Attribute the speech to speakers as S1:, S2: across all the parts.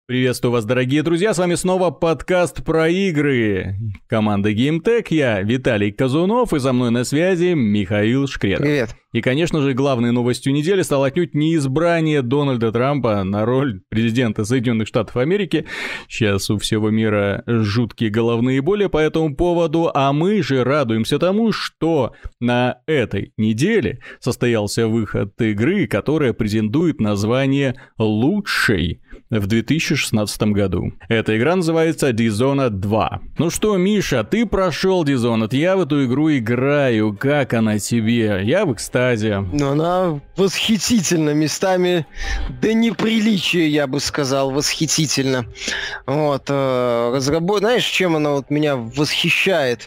S1: Приветствую вас, дорогие друзья, с вами снова подкаст про игры. Команда GameTech, я Виталий Казунов, и за мной на связи Михаил Шкредов.
S2: Привет.
S1: И, конечно же, главной новостью недели стало отнюдь не избрание Дональда Трампа на роль президента Соединенных Штатов Америки. Сейчас у всего мира жуткие головные боли по этому поводу, а мы же радуемся тому, что на этой неделе состоялся выход игры, которая претендует на звание лучшей в 2016 году. Эта игра называется Dishonored 2. Ну что, Миша, ты прошел Dishonored, я в эту игру играю, как она тебе? Я в экстазе.
S2: Ну, она восхитительна, местами до неприличия, я бы сказал, восхитительно. Вот, знаешь, чем она вот меня восхищает,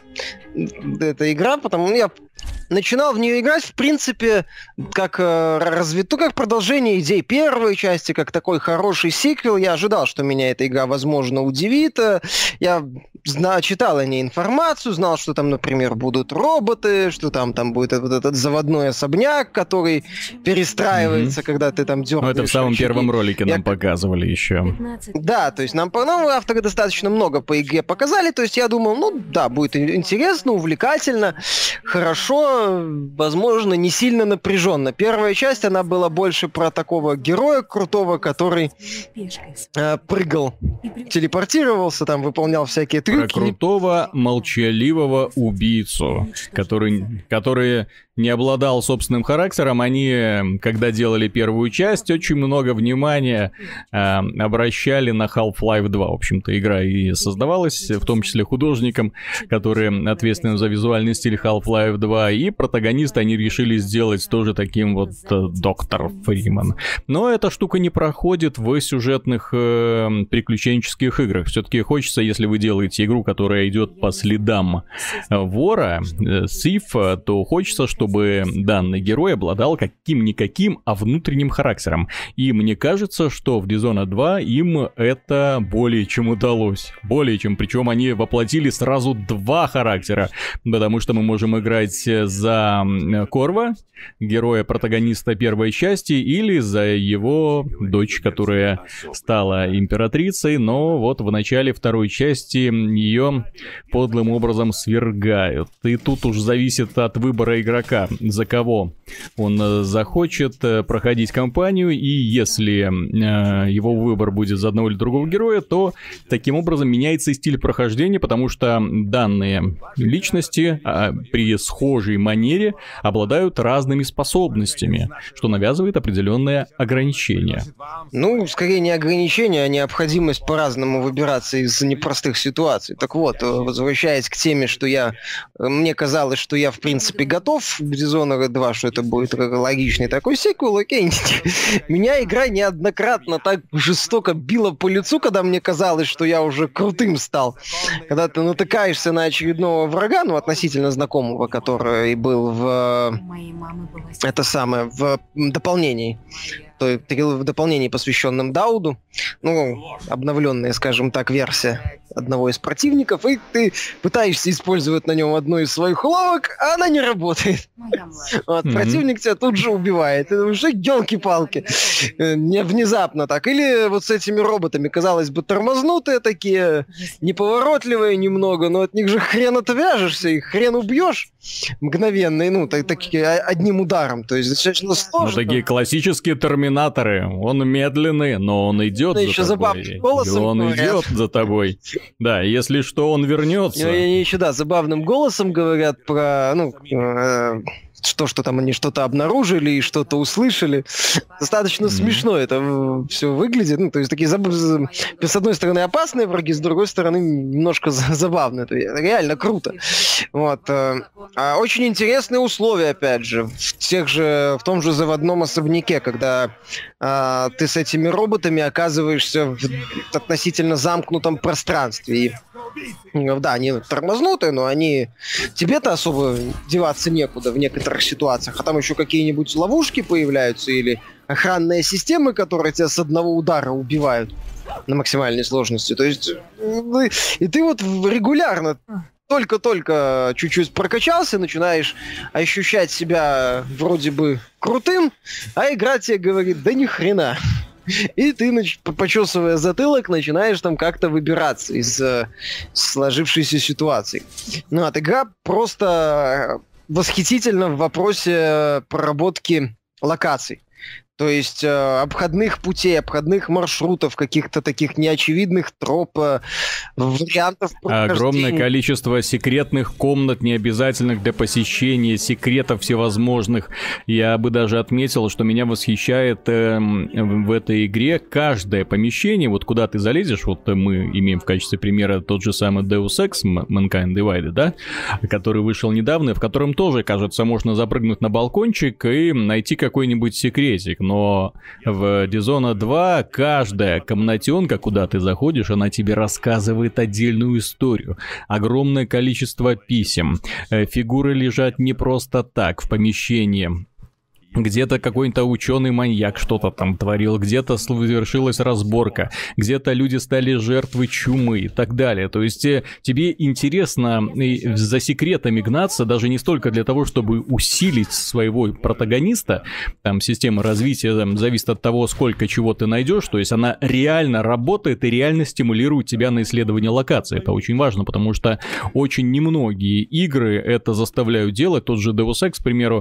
S2: эта игра, потому что я начинал в нее играть, в принципе, как как продолжение идей первой части, как такой хороший сиквел. Я ожидал, что меня эта игра, возможно, удивит. Я читал о ней информацию, знал, что там, например, будут роботы, что там будет вот этот заводной особняк, который перестраивается, когда ты там дергаешь.
S1: Ну, это в самом первом ролике нам показывали еще.
S2: Да, то есть нам авторы достаточно много по игре показали, то есть я думал, ну да, будет интересно, увлекательно, хорошо, возможно, не сильно напряженно. Первая часть, она была больше про такого героя крутого, который прыгал, телепортировался, там выполнял всякие трюки.
S1: Про крутого, молчаливого убийцу, который не обладал собственным характером. Они, когда делали первую часть, очень много внимания обращали на Half-Life 2. В общем-то, игра и создавалась, в том числе художником, который ответственен за визуальный стиль Half-Life 2. И протагониста они решили сделать тоже таким вот доктор Фриман. Но эта штука не проходит в сюжетных приключенческих играх. Все-таки хочется, если вы делаете игру, которая идет по следам вора, Сифа, то хочется, чтобы данный герой обладал каким-никаким, а внутренним характером. И мне кажется, что в Dishonored 2 им это более чем удалось. Более чем. Причем они воплотили сразу два характера. Потому что мы можем играть за Корва, героя-протагониста первой части, или за его дочь, которая стала императрицей, но вот в начале второй части ее подлым образом свергают. И тут уж зависит от выбора игрока, за кого он захочет проходить кампанию, и если его выбор будет за одного или другого героя, то таким образом меняется и стиль прохождения, потому что данные личности при схожей манере обладают разными способностями, что навязывает определенные ограничения.
S2: Ну, скорее не ограничения, а необходимость по-разному выбираться из непростых ситуаций. Так вот, возвращаясь к теме, что мне казалось, что я в принципе готов к Dishonored 2, что это будет логичный такой сиквел, окей. Меня игра неоднократно так жестоко била по лицу, когда мне казалось, что я уже крутым стал. Когда ты натыкаешься на очередного врага, ну, относительно знакомого, который был в дополнении. То есть в дополнении, посвященном Дауду, ну, обновленная, скажем так, версия одного из противников, и ты пытаешься использовать на нем одну из своих уловок, а она не работает. Вот, противник тебя тут же убивает. Это уже ёлки-палки. Не внезапно так. Или вот с этими роботами, казалось бы, тормознутые такие, неповоротливые немного, но от них же хрен отвяжешься, и хрен убьешь мгновенно, и, ну, такие одним ударом. То есть достаточно сложно.
S1: Ну, такие классические терминаторы. Он медленный, но он идет за
S2: еще
S1: тобой. И он идет за тобой. Да, если что, он вернется.
S2: Они еще, да, забавным голосом говорят про, что там они что-то обнаружили и что-то услышали. Достаточно смешно это все выглядит. Ну, то есть такие, с одной стороны, опасные враги, с другой стороны, немножко забавные. Это реально круто. Вот. Очень интересные условия, опять же, в том же заводном особняке, когда ты с этими роботами оказываешься в относительно замкнутом пространстве. И, да, они тормознутые, но тебе-то особо деваться некуда в некоторых ситуациях. А там еще какие-нибудь ловушки появляются или охранные системы, которые тебя с одного удара убивают на максимальной сложности. То есть и ты вот регулярно только-только чуть-чуть прокачался, начинаешь ощущать себя вроде бы крутым, а игра тебе говорит, да ни хрена. И ты, почесывая затылок, начинаешь там как-то выбираться из сложившейся ситуации. Ну, игра просто восхитительна в вопросе проработки локаций. То есть обходных путей, обходных маршрутов, каких-то таких неочевидных троп, вариантов прохождения.
S1: Огромное количество секретных комнат, необязательных для посещения, секретов всевозможных. Я бы даже отметил, что меня восхищает в этой игре каждое помещение, вот куда ты залезешь, вот мы имеем в качестве примера тот же самый Deus Ex Mankind Divided, да, который вышел недавно, в котором тоже, кажется, можно запрыгнуть на балкончик и найти какой-нибудь секретик. Но в Dishonored 2 каждая комнатенка, куда ты заходишь, она тебе рассказывает отдельную историю. Огромное количество писем. Фигуры лежат не просто так в помещении. Где-то какой-то ученый-маньяк что-то там творил, где-то совершилась разборка, где-то люди стали жертвой чумы и так далее. То есть тебе интересно за секретами гнаться даже не столько для того, чтобы усилить своего протагониста, там система развития зависит от того, сколько чего ты найдешь, то есть она реально работает и реально стимулирует тебя на исследование локации. Это очень важно, потому что очень немногие игры это заставляют делать. Тот же Deus Ex, к примеру,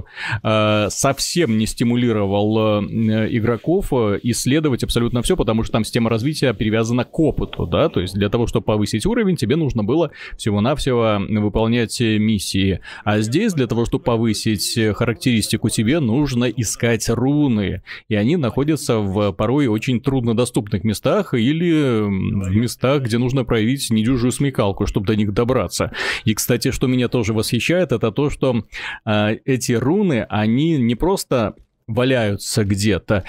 S1: совсем не стимулировал игроков исследовать абсолютно все, потому что там система развития привязана к опыту, да, то есть для того, чтобы повысить уровень, тебе нужно было всего-навсего выполнять миссии, а здесь для того, чтобы повысить характеристику, тебе нужно искать руны, и они находятся в порой очень труднодоступных местах или в местах, где нужно проявить недюжую смекалку, чтобы до них добраться. И, кстати, что меня тоже восхищает, это то, что эти руны, они не просто валяются где-то,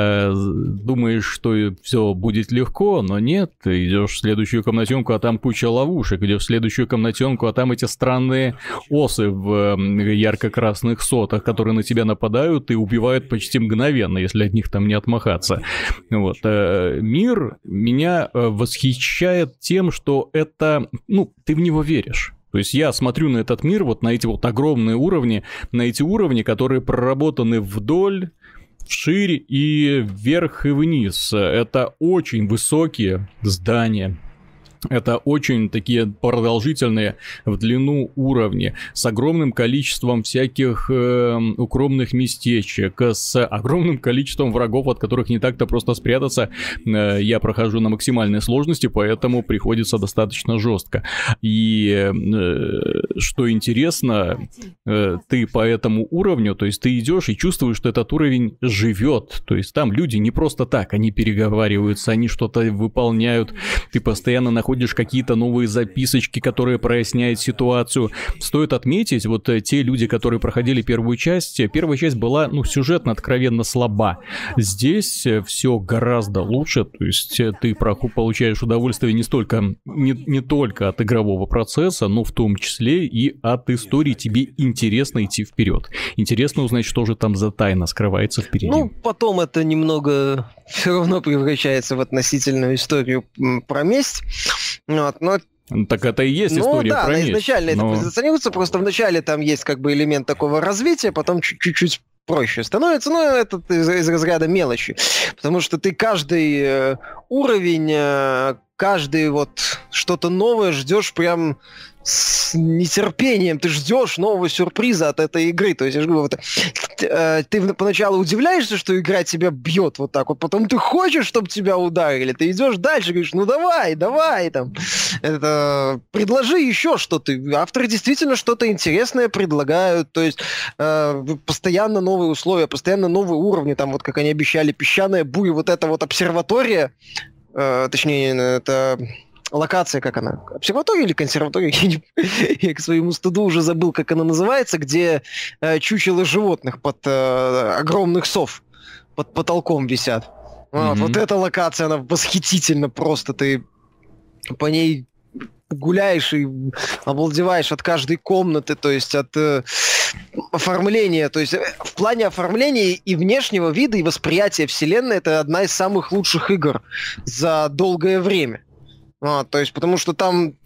S1: думаешь, что все будет легко, но нет, ты идешь в следующую комнатенку, а там куча ловушек, идешь в следующую комнатенку, а там эти странные осы в ярко-красных сотах, которые на тебя нападают и убивают почти мгновенно, если от них там не отмахаться. Вот. Мир меня восхищает тем, что это, ты в него веришь. То есть я смотрю на этот мир, вот на эти вот огромные уровни, на эти уровни, которые проработаны вдоль, вширь и вверх и вниз. Это очень высокие здания. Это очень такие продолжительные в длину уровни, с огромным количеством всяких укромных местечек, с огромным количеством врагов, от которых не так-то просто спрятаться. Я прохожу на максимальной сложности, поэтому приходится достаточно жестко. И что интересно, ты по этому уровню, то есть ты идешь и чувствуешь, что этот уровень живет. То есть там люди не просто так, они переговариваются, они что-то выполняют, ты постоянно находишь какие-то новые записочки, которые проясняют ситуацию. Стоит отметить, вот те люди, которые проходили первая часть была, сюжетно откровенно слаба. Здесь все гораздо лучше, то есть ты получаешь удовольствие не только от игрового процесса, но в том числе и от истории. Тебе интересно идти вперед. Интересно узнать, что же там за тайна скрывается впереди.
S2: Потом это немного все равно превращается в относительную историю про месть. Но
S1: так это и есть история про месть.
S2: Изначально это позиционируется, просто вначале там есть как бы элемент такого развития, потом чуть-чуть проще становится, но это из разряда мелочи, потому что ты каждый уровень, каждый вот что-то новое ждешь прям с нетерпением, ты ждешь нового сюрприза от этой игры. То есть, я же говорю, ты поначалу удивляешься, что игра тебя бьет вот так вот, потом ты хочешь, чтобы тебя ударили, ты идешь дальше, говоришь, давай, там, предложи еще что-то. Авторы действительно что-то интересное предлагают, то есть постоянно новые условия, постоянно новые уровни, там вот как они обещали, песчаная буря, вот эта вот обсерватория, точнее, это... Локация, как она? Обсерватория или консерватория? Я к своему стыду уже забыл, как она называется, где чучело животных под огромных сов под потолком висят. Вот эта локация, она восхитительна просто. Ты по ней гуляешь и обалдеваешь от каждой комнаты, то есть от оформления. То есть в плане оформления и внешнего вида, и восприятия вселенной это одна из самых лучших игр за долгое время. То есть, потому что там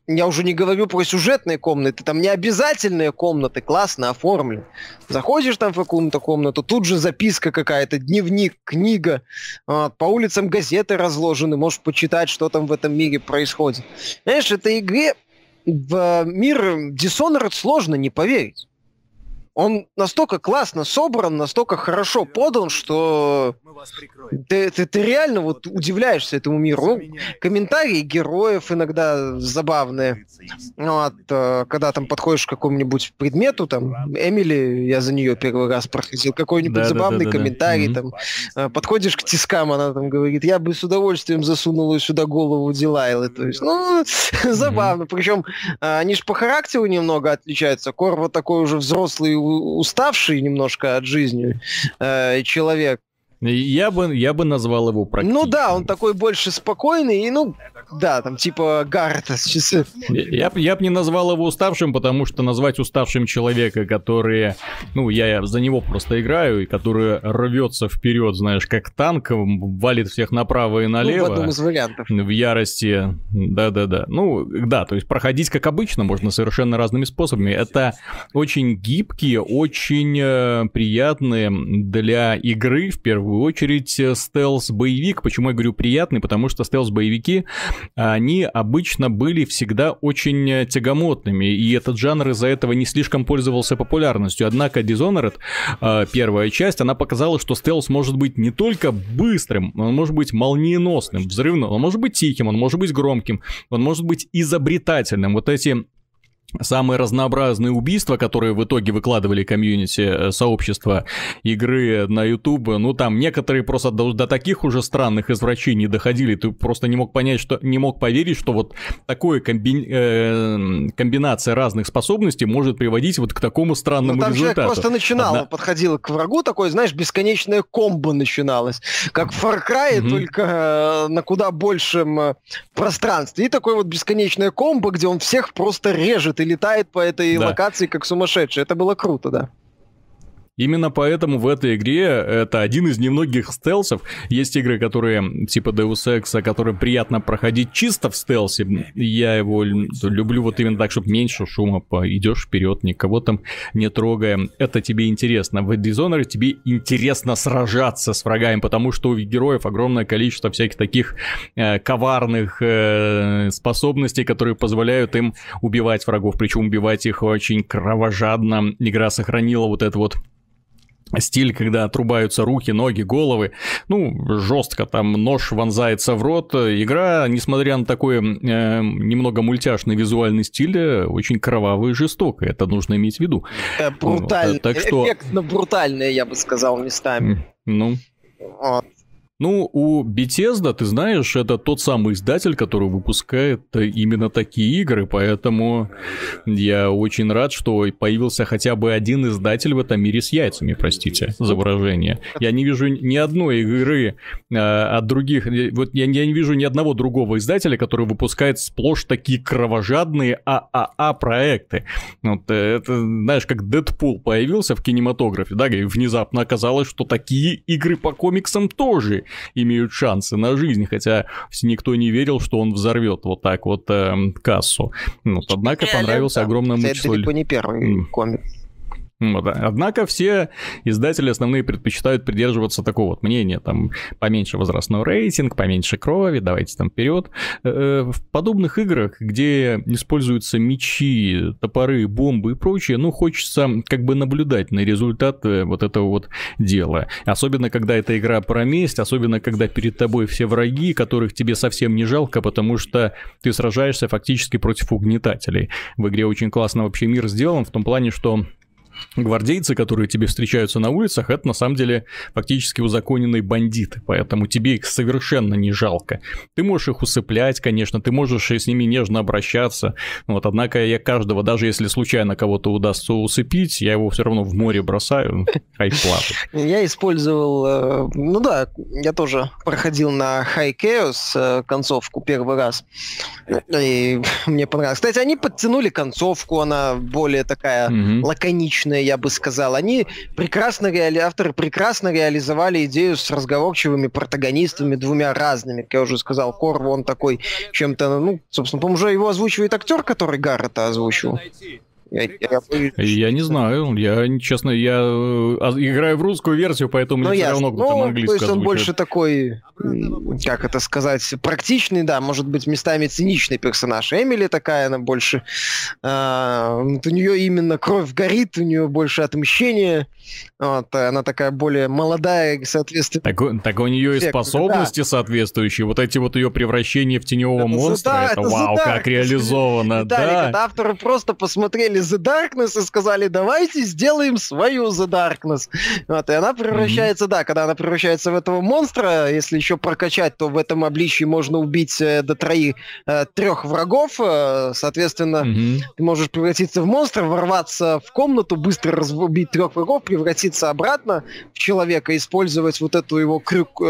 S2: Я уже не говорю про сюжетные комнаты, там не обязательные комнаты, классно оформлены. Заходишь там в какую-то комнату, тут же записка какая-то, дневник, книга, по улицам газеты разложены, можешь почитать, что там в этом мире происходит. Знаешь, этой игре в мир Dishonored сложно не поверить. Он настолько классно собран, настолько хорошо подан, что ты реально вот удивляешься этому миру. Ну, комментарии героев иногда забавные. Вот, когда там подходишь к какому-нибудь предмету, там, Эмили, я за нее первый раз проходил, какой-нибудь забавный комментарий, там, подходишь к тискам, она там говорит, я бы с удовольствием засунула сюда голову Дилайлы. То есть, ну, забавно. Причем они же по характеру немного отличаются. Корво такой уже взрослый, уставший немножко от жизни человек.
S1: Я бы назвал его практичным.
S2: Ну да, он такой больше спокойный, и ну, да, там типа Гаррета.
S1: Я бы не назвал его уставшим, потому что назвать уставшим человека, который, ну, я за него просто играю, и который рвется вперед, знаешь, как танк, валит всех направо и налево.
S2: Ну, в одном из вариантов.
S1: В ярости, да-да-да. Ну, да, то есть проходить как обычно можно совершенно разными способами. Это очень гибкие, очень приятные для игры, в первую очередь, стелс-боевик. Почему я говорю приятный? Потому что стелс-боевики, они обычно были всегда очень тягомотными, и этот жанр из-за этого не слишком пользовался популярностью. Однако Dishonored, первая часть, она показала, что стелс может быть не только быстрым, он может быть молниеносным, взрывным, он может быть тихим, он может быть громким, он может быть изобретательным. Вот эти самые разнообразные убийства, которые в итоге выкладывали комьюнити сообщества игры на YouTube, ну там некоторые просто до таких уже странных извращений доходили, ты просто не мог поверить, что вот такое комбинация разных способностей может приводить вот к такому странному результату. Там
S2: человек просто начинал, он подходил к врагу, такой, знаешь, бесконечное комбо начиналось, как в Far Cry, только на куда большем пространстве. И такое вот бесконечное комбо, где он всех просто режет и летает по этой локации как сумасшедший. Это было круто, да.
S1: Именно поэтому в этой игре это один из немногих стелсов. Есть игры, которые типа Deus Ex, которые приятно проходить чисто в стелсе. Я его люблю вот именно так, чтобы меньше шума. Идешь вперед, никого там не трогая. Это тебе интересно. В Dishonored тебе интересно сражаться с врагами, потому что у героев огромное количество всяких таких коварных способностей, которые позволяют им убивать врагов. Причем убивать их очень кровожадно. Игра сохранила вот это вот стиль, когда отрубаются руки, ноги, головы. Ну, жестко там нож вонзается в рот. Игра, несмотря на такой немного мультяшный визуальный стиль, очень кровавая и жестокая. Это нужно иметь в виду.
S2: Брутальная, так что... эффектно брутальная, я бы сказал, местами.
S1: Ну... Вот. Ну, у Bethesda, ты знаешь, это тот самый издатель, который выпускает именно такие игры, поэтому я очень рад, что появился хотя бы один издатель в этом мире с яйцами, простите за выражение. Я не вижу ни одной игры от других, вот я не вижу ни одного другого издателя, который выпускает сплошь такие кровожадные ААА-проекты. Вот это, знаешь, как Дэдпул появился в кинематографе, да, и внезапно оказалось, что такие игры по комиксам тоже имеют шансы на жизнь, хотя никто не верил, что он взорвет вот так вот кассу. Вот, однако понравился огромному числу...
S2: Это далеко не первый комикс.
S1: Вот, однако все издатели основные предпочитают придерживаться такого вот мнения, там, поменьше возрастной рейтинг, поменьше крови, давайте там вперед. В подобных играх, где используются мечи, топоры, бомбы и прочее, ну, хочется как бы наблюдать на результат вот этого вот дела. Особенно, когда эта игра про месть, особенно, когда перед тобой все враги, которых тебе совсем не жалко, потому что ты сражаешься фактически против угнетателей. В игре очень классно вообще мир сделан в том плане, что гвардейцы, которые тебе встречаются на улицах, это на самом деле фактически узаконенные бандиты, поэтому тебе их совершенно не жалко. Ты можешь их усыплять, конечно, ты можешь с ними нежно обращаться, вот, однако я каждого, даже если случайно кого-то удастся усыпить, я его все равно в море бросаю, хай плату.
S2: Я использовал, ну да, я тоже проходил на High Chaos концовку первый раз, и мне понравилось. Кстати, они подтянули концовку, она более такая лаконичная, логичное, я бы сказал. Они авторы прекрасно реализовали идею с разговорчивыми протагонистами, двумя разными. Как я уже сказал, Корво, он такой чем-то, ну, собственно, по-моему, уже его озвучивает актер, который Гаррета озвучивал.
S1: Я не знаю, честно, я играю в русскую версию, поэтому мне все равно кто-то английскую
S2: то есть он больше такой, как это сказать, практичный, да, может быть, местами циничный персонаж. Эмили такая, она больше... у нее именно кровь горит, у нее больше отмщения. Вот, она такая более молодая, соответственно...
S1: Так у нее и способности соответствующие. Вот эти вот ее превращения в теневого монстра, это вау, как реализовано.
S2: Виталик, это авторы просто посмотрели The Darkness и сказали, давайте сделаем свою The Darkness. Вот, и она превращается, когда она превращается в этого монстра, если еще прокачать, то в этом обличии можно убить до 3 врагов, соответственно, ты можешь превратиться в монстра, ворваться в комнату, быстро убить 3 врагов, превратиться обратно в человека, использовать вот эту его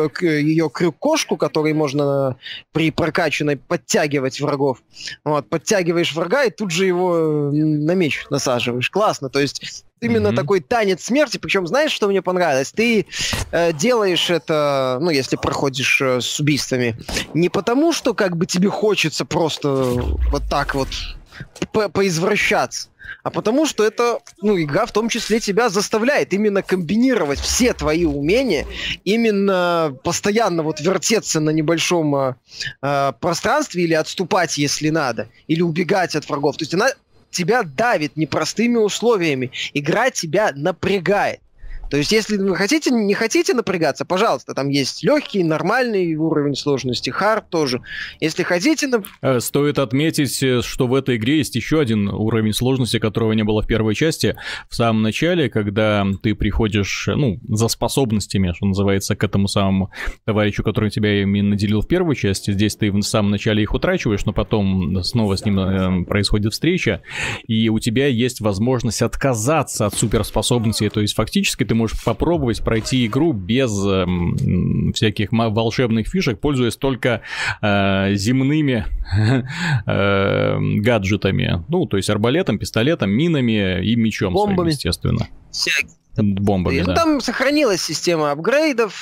S2: ее крюк-кошку, которой можно при прокачанной подтягивать врагов. Вот, подтягиваешь врага и тут же его на меч насаживаешь. Классно, то есть именно такой танец смерти, причем знаешь, что мне понравилось? Ты делаешь это, ну, если проходишь с убийствами, не потому, что как бы тебе хочется просто вот так вот поизвращаться, а потому что это, ну, игра в том числе тебя заставляет именно комбинировать все твои умения, именно постоянно вот вертеться на небольшом пространстве или отступать, если надо, или убегать от врагов. То есть она тебя давит непростыми условиями. Игра тебя напрягает. То есть, если вы не хотите напрягаться, пожалуйста, там есть легкий, нормальный уровень сложности, хард тоже. Если хотите...
S1: Стоит отметить, что в этой игре есть еще один уровень сложности, которого не было в первой части. В самом начале, когда ты приходишь, ну, за способностями, что называется, к этому самому товарищу, который тебя ими наделил в первой части, здесь ты в самом начале их утрачиваешь, но потом снова с ним происходит встреча, и у тебя есть возможность отказаться от суперспособностей, то есть фактически ты можешь попробовать пройти игру без всяких волшебных фишек, пользуясь только земными гаджетами. Ну, то есть арбалетом, пистолетом, минами и мечом
S2: бомбами
S1: своим, естественно. Бомбами, да.
S2: Там сохранилась система апгрейдов.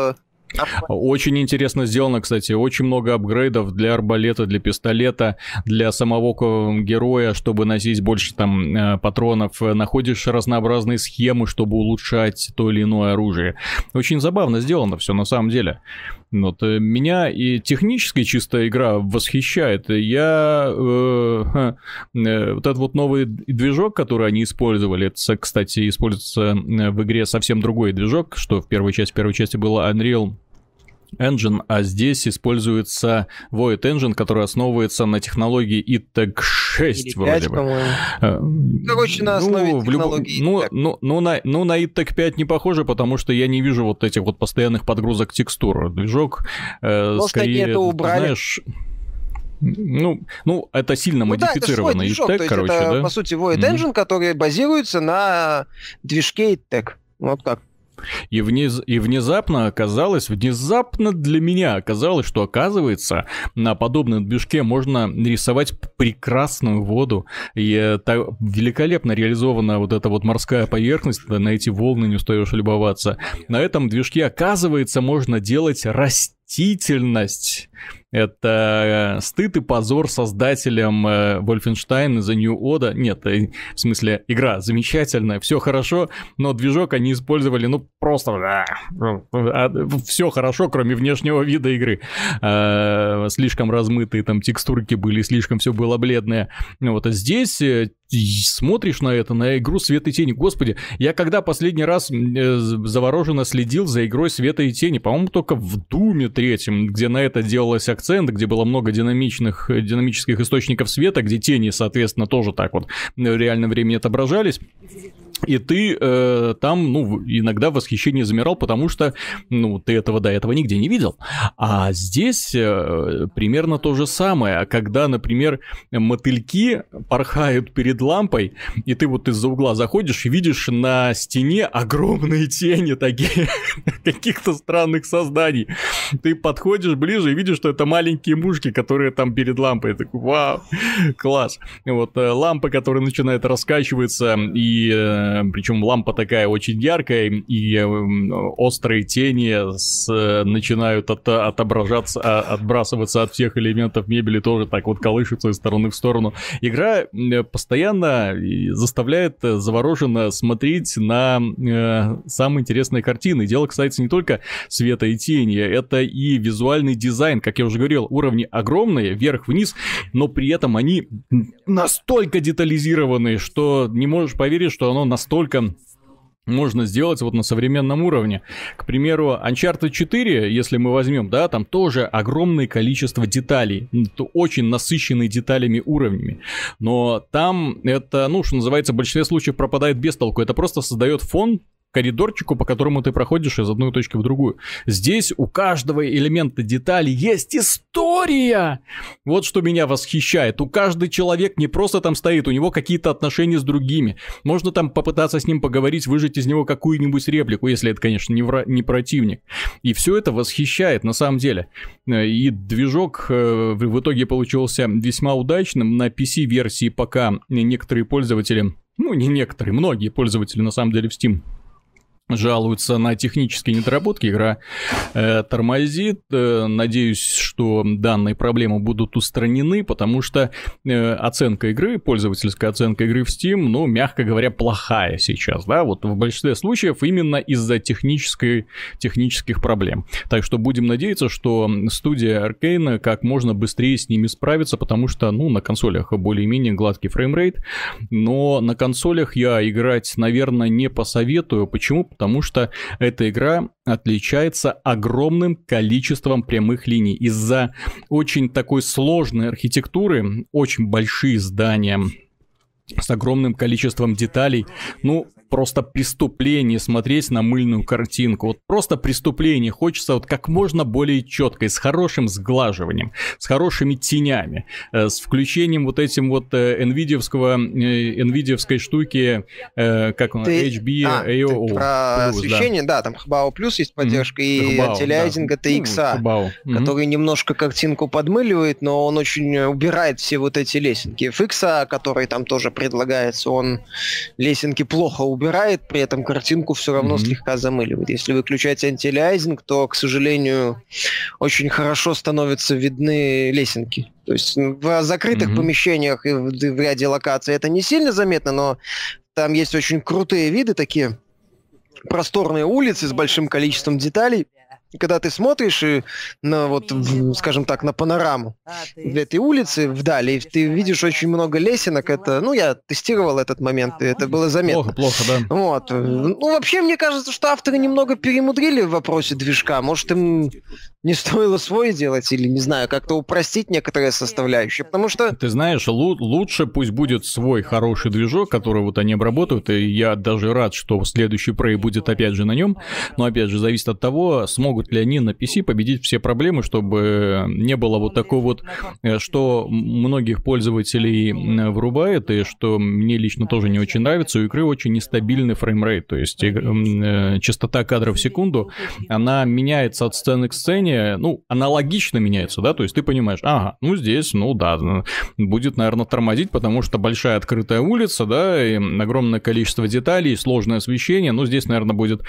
S1: Очень интересно сделано, кстати. Очень много апгрейдов для арбалета, для пистолета, для самого героя, чтобы носить больше там патронов. Находишь разнообразные схемы, чтобы улучшать то или иное оружие. Очень забавно сделано все на самом деле. Вот, меня и технически чисто игра восхищает. Я вот этот вот новый движок, который они использовали, это, кстати, используется в игре совсем другой движок, что в первой части было Unreal Engine, а здесь используется Void Engine, который основывается на технологии ITEC 6 вроде бы.
S2: Короче, на основе технологии
S1: на ITEC 5 не похоже, потому что я не вижу вот этих вот постоянных подгрузок текстур. Движок скорее,
S2: это убрали.
S1: Знаешь... Ну, это сильно модифицированный ITEC, короче,
S2: это,
S1: да?
S2: По сути, Void Engine, который базируется на движке ITEC. Вот как.
S1: И внезапно для меня оказалось, что, оказывается, на подобном движке можно рисовать прекрасную воду. И великолепно реализована вот эта вот морская поверхность, на эти волны не устаешь любоваться. На этом движке, оказывается, можно делать растительность. Это стыд и позор создателям Wolfenstein The New Order. Нет, в смысле, игра замечательная, все хорошо, но движок они использовали, ну, просто все хорошо, кроме внешнего вида игры. Слишком размытые там текстурки были, слишком все было бледное. Вот, а здесь смотришь на это, на игру «Свет и тени». Господи, я когда последний раз завороженно следил за игрой «Света и тени», по-моему, только в Думе 3, где на это делалось акцент, где было много динамических источников света, где тени, соответственно, тоже так вот в реальном времени отображались. И ты там, ну, иногда в восхищении замирал, потому что, ну, ты этого до этого нигде не видел. А здесь примерно то же самое. Когда, например, мотыльки порхают перед лампой, и ты вот из-за угла заходишь и видишь на стене огромные тени такие, каких-то странных созданий. Ты подходишь ближе и видишь, что это маленькие мушки, которые там перед лампой. Такой, вау, класс. Вот лампа, которая начинает раскачиваться и причем лампа такая очень яркая, и острые тени начинают отбрасываться от всех элементов мебели, тоже так вот колышутся из стороны в сторону. Игра постоянно заставляет завороженно смотреть на самые интересные картины. Дело, кстати, не только света и тени, это и визуальный дизайн. Как я уже говорил, уровни огромные, вверх-вниз, но при этом они настолько детализированные, что не можешь поверить, что оно настолько можно сделать вот на современном уровне. К примеру, Uncharted 4, если мы возьмем, да, там тоже огромное количество деталей, очень насыщенные деталями уровнями, но там это, ну, что называется, в большинстве случаев пропадает без толку, это просто создает фон коридорчику, по которому ты проходишь из одной точки в другую. Здесь у каждого элемента детали есть история! Вот что меня восхищает. У каждого человек не просто там стоит, у него какие-то отношения с другими. Можно там попытаться с ним поговорить, выжать из него какую-нибудь реплику, если это, конечно, не противник. И все это восхищает на самом деле. И движок в итоге получился весьма удачным. На PC-версии пока некоторые пользователи, ну не некоторые, многие пользователи на самом деле в Steam жалуются на технические недоработки, игра тормозит. Надеюсь, что данные проблемы будут устранены, потому что оценка игры, пользовательская оценка игры в Steam, ну, мягко говоря, плохая сейчас, да, вот в большинстве случаев именно из-за технических проблем. Так что будем надеяться, что студия Arkane как можно быстрее с ними справится, потому что, ну, на консолях более-менее гладкий фреймрейт, но на консолях я играть, наверное, не посоветую. Почему? Потому что эта игра отличается огромным количеством прямых линий. Из-за очень такой сложной архитектуры, очень большие здания с огромным количеством деталей, ну, просто преступление смотреть на мыльную картинку. Вот просто преступление. Хочется вот как можно более четко, с хорошим сглаживанием, с хорошими тенями, с включением вот этим вот NVIDIA-вской штуки, как он, HBAO.
S2: Про освещение, да, там HBAO плюс есть поддержка, и антилиасинг это XA, который немножко картинку подмыливает, но он очень убирает все вот эти лесенки. FXA, который там тоже предлагается, он лесенки плохо убирает, при этом картинку все равно слегка замыливает. Если выключать антилиасинг, то, к сожалению, очень хорошо становятся видны лесенки. То есть в закрытых помещениях и в ряде локаций это не сильно заметно, но там есть очень крутые виды, такие просторные улицы с большим количеством деталей. И когда ты смотришь на вот, скажем так, на панораму этой улицы вдали, и ты видишь очень много лесенок, это, ну, я тестировал этот момент, и это было заметно.
S1: Плохо, да.
S2: Вот. Ну, вообще, мне кажется, что авторы немного перемудрили в вопросе движка. Может, им не стоило свой делать, или, не знаю, как-то упростить некоторые составляющие, потому что...
S1: Ты знаешь, лучше пусть будет свой хороший движок, который вот они обработают, и я даже рад, что следующий Prey будет опять же на нем, но опять же зависит от того, смогут ли они на PC победить все проблемы, чтобы не было вот такого вот, что многих пользователей врубает, и что мне лично тоже не очень нравится, у игры очень нестабильный фреймрейт, то есть частота кадров в секунду, она меняется от сцены к сцене, ну, аналогично меняется, да, то есть ты понимаешь, ага, ну здесь, ну да, будет, наверное, тормозить, потому что большая открытая улица, да, и огромное количество деталей, сложное освещение, ну здесь, наверное, будет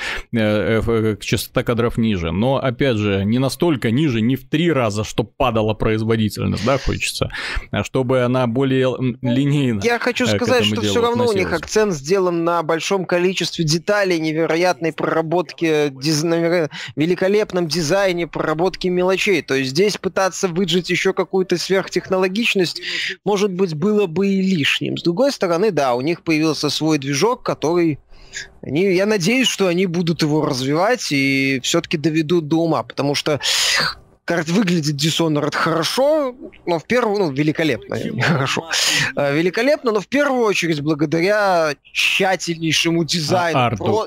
S1: частота кадров ниже, но, опять же, не настолько ниже, не в 3 раза, чтобы падала производительность, да, хочется, а чтобы она более линейно.
S2: Я хочу сказать, что все равно у них акцент сделан на большом количестве деталей, невероятной проработке, великолепном дизайне, проработке мелочей. То есть здесь пытаться выжать еще какую-то сверхтехнологичность, может быть, было бы и лишним. С другой стороны, да, у них появился свой движок, который... Я надеюсь, что они будут его развивать и все-таки доведут до ума, потому что выглядит Dishonored хорошо, но в первую, великолепно, хорошо, великолепно, но в первую очередь благодаря тщательнейшему дизайну арту.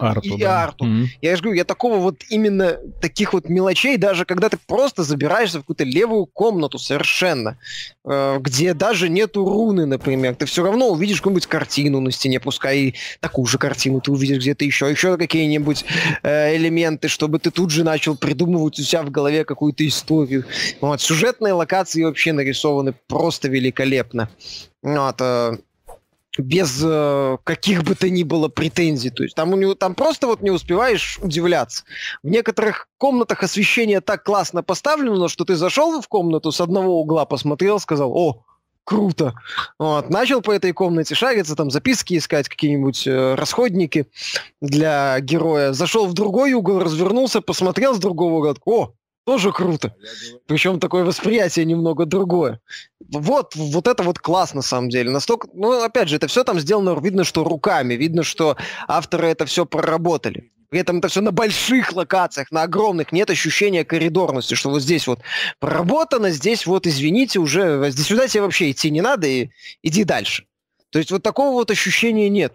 S2: Я же говорю, я такого вот именно таких вот мелочей, даже когда ты просто забираешься в какую-то левую комнату совершенно, где даже нету руны, например, ты все равно увидишь какую-нибудь картину на стене, пускай и такую же картину ты увидишь где-то еще какие-нибудь элементы, чтобы ты тут же начал придумывать у себя в голове какую-то историю. Вот. Сюжетные локации вообще нарисованы просто великолепно. Вот. без каких бы то ни было претензий. То есть там просто вот не успеваешь удивляться. В некоторых комнатах освещение так классно поставлено, что ты зашел в комнату с одного угла, посмотрел, сказал: о, круто. Вот. Начал по этой комнате шариться, там записки искать, какие-нибудь расходники для героя. Зашел в другой угол, развернулся, посмотрел с другого угла. О, тоже круто. Причем такое восприятие немного другое. Вот это вот класс на самом деле. Настолько, ну, опять же, это все там сделано, видно, что руками, видно, что авторы это все проработали. При этом это все на больших локациях, на огромных, нет ощущения коридорности, что вот здесь вот проработано, здесь вот, извините, уже, здесь сюда тебе вообще идти не надо, и иди дальше. То есть вот такого вот ощущения нет.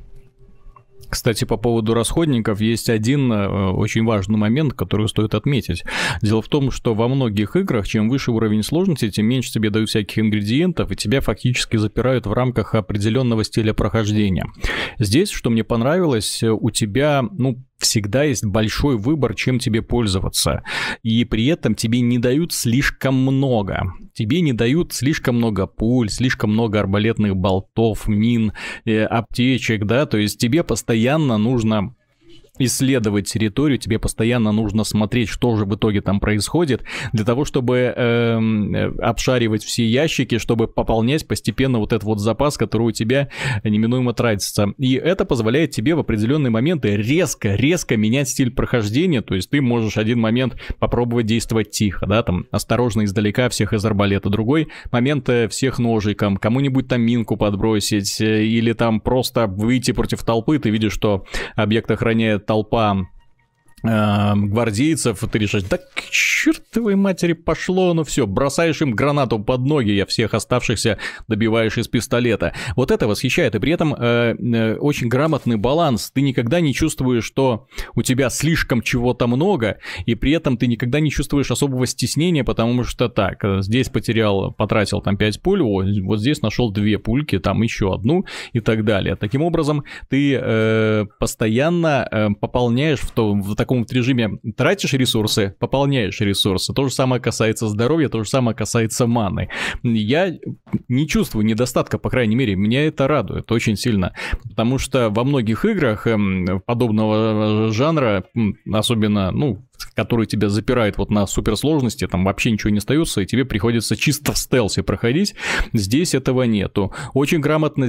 S1: Кстати, по поводу расходников есть один очень важный момент, который стоит отметить. Дело в том, что во многих играх, чем выше уровень сложности, тем меньше тебе дают всяких ингредиентов, и тебя фактически запирают в рамках определенного стиля прохождения. Здесь, что мне понравилось, у тебя, всегда есть большой выбор, чем тебе пользоваться. И при этом тебе не дают слишком много. Тебе не дают слишком много пуль, слишком много арбалетных болтов, мин, аптечек, да, то есть тебе постоянно нужно исследовать территорию, тебе постоянно нужно смотреть, что же в итоге там происходит, для того, чтобы обшаривать все ящики, чтобы пополнять постепенно вот этот вот запас, который у тебя неминуемо тратится. И это позволяет тебе в определенные моменты резко менять стиль прохождения, то есть ты можешь один момент попробовать действовать тихо, да, там, осторожно издалека всех из арбалета, другой момент всех ножиком, кому-нибудь там минку подбросить, или там просто выйти против толпы, ты видишь, что объект охраняет толпа гвардейцев, ты решаешь: да к чертовой матери пошло, все, бросаешь им гранату под ноги, я всех оставшихся добиваешь из пистолета. Вот это восхищает, и при этом очень грамотный баланс. Ты никогда не чувствуешь, что у тебя слишком чего-то много, и при этом ты никогда не чувствуешь особого стеснения, потому что так, здесь потратил там 5 пуль, вот здесь нашел 2 пульки, там еще одну и так далее. Таким образом, ты постоянно пополняешь в таком режиме, тратишь ресурсы, пополняешь ресурсы. То же самое касается здоровья, то же самое касается маны. Я не чувствую недостатка, по крайней мере, меня это радует очень сильно, потому что во многих играх подобного жанра, особенно, который тебя запирает вот на суперсложности, там вообще ничего не остается, и тебе приходится чисто в стелсе проходить. Здесь этого нету. Очень грамотно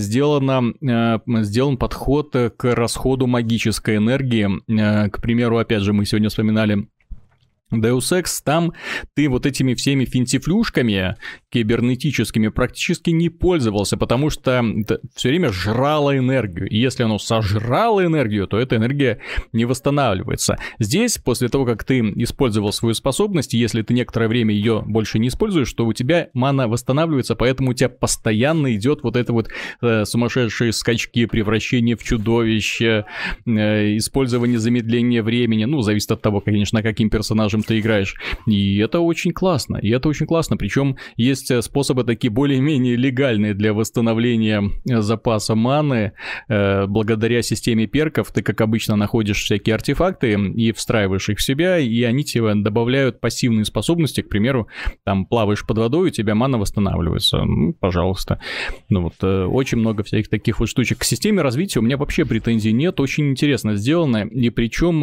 S1: сделан подход к расходу магической энергии. К примеру, опять же, мы сегодня вспоминали Deus Ex, там ты вот этими всеми финтифлюшками кибернетическими практически не пользовался, потому что это все время жрало энергию. И если оно сожрало энергию, то эта энергия не восстанавливается. Здесь, после того, как ты использовал свою способность, если ты некоторое время ее больше не используешь, то у тебя мана восстанавливается, поэтому у тебя постоянно идет вот это вот сумасшедшие скачки, превращение в чудовище, использование замедления времени. Зависит от того, конечно, каким персонажем ты играешь. И это очень классно. Причем есть способы такие более-менее легальные для восстановления запаса маны. Благодаря системе перков ты, как обычно, находишь всякие артефакты и встраиваешь их в себя, и они тебе добавляют пассивные способности. К примеру, там плаваешь под водой, у тебя мана восстанавливается. Пожалуйста. Очень много всяких таких вот штучек. К системе развития у меня вообще претензий нет. Очень интересно сделано. И причем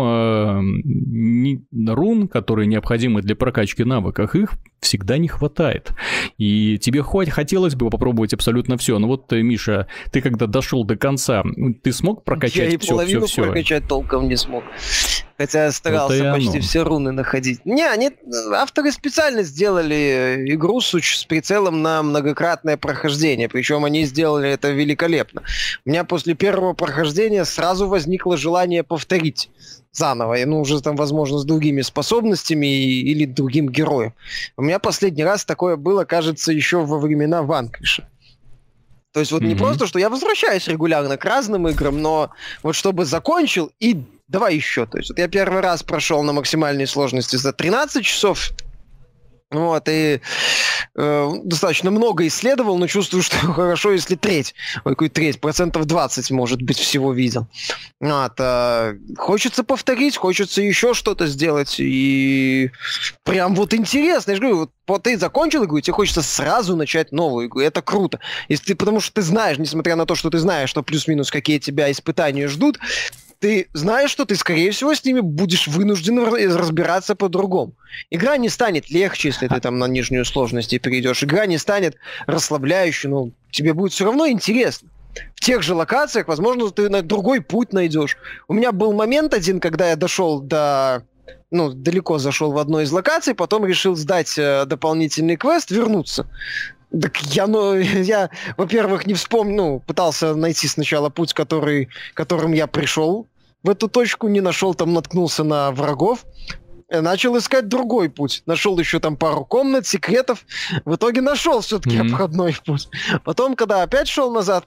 S1: рун, которые необходимы для прокачки навыков, их всегда не хватает. И тебе хотелось бы попробовать абсолютно все. Но вот, Миша, ты когда дошел до конца, ты смог прокачать все? Я и половину
S2: прокачать толком не смог. Хотя старался почти все руны находить. Авторы специально сделали игру с прицелом на многократное прохождение. Причем они сделали это великолепно. У меня после первого прохождения сразу возникло желание повторить заново, уже там, возможно, с другими способностями или другим героем. У меня последний раз такое было, кажется, еще во времена Ванквиша. То есть не просто, что я возвращаюсь регулярно к разным играм, но вот чтобы закончил и давай еще. То есть я первый раз прошел на максимальной сложности за 13 часов, Вот, и достаточно много исследовал, но чувствую, что хорошо, если треть, процентов 20, может быть, всего видел. Вот, хочется повторить, хочется еще что-то сделать, и прям вот интересно. Я же говорю, вот ты закончил игру, и тебе хочется сразу начать новую игру, это круто. Потому что ты знаешь, несмотря на то, что ты знаешь, что плюс-минус какие тебя испытания ждут, ты знаешь, что ты, скорее всего, с ними будешь вынужден разбираться по-другому. Игра не станет легче, если ты там на нижнюю сложность перейдешь. Игра не станет расслабляющей, но тебе будет все равно интересно. В тех же локациях, возможно, ты на другой путь найдешь. У меня был момент один, когда я дошел до... далеко зашел в одной из локаций, потом решил сдать дополнительный квест, вернуться. Так я, во-первых, не вспомнил, пытался найти сначала путь, которым я пришел в эту точку, не нашел, там наткнулся на врагов, начал искать другой путь. Нашел еще там пару комнат, секретов, в итоге нашел все-таки обходной путь. Потом, когда опять шел назад,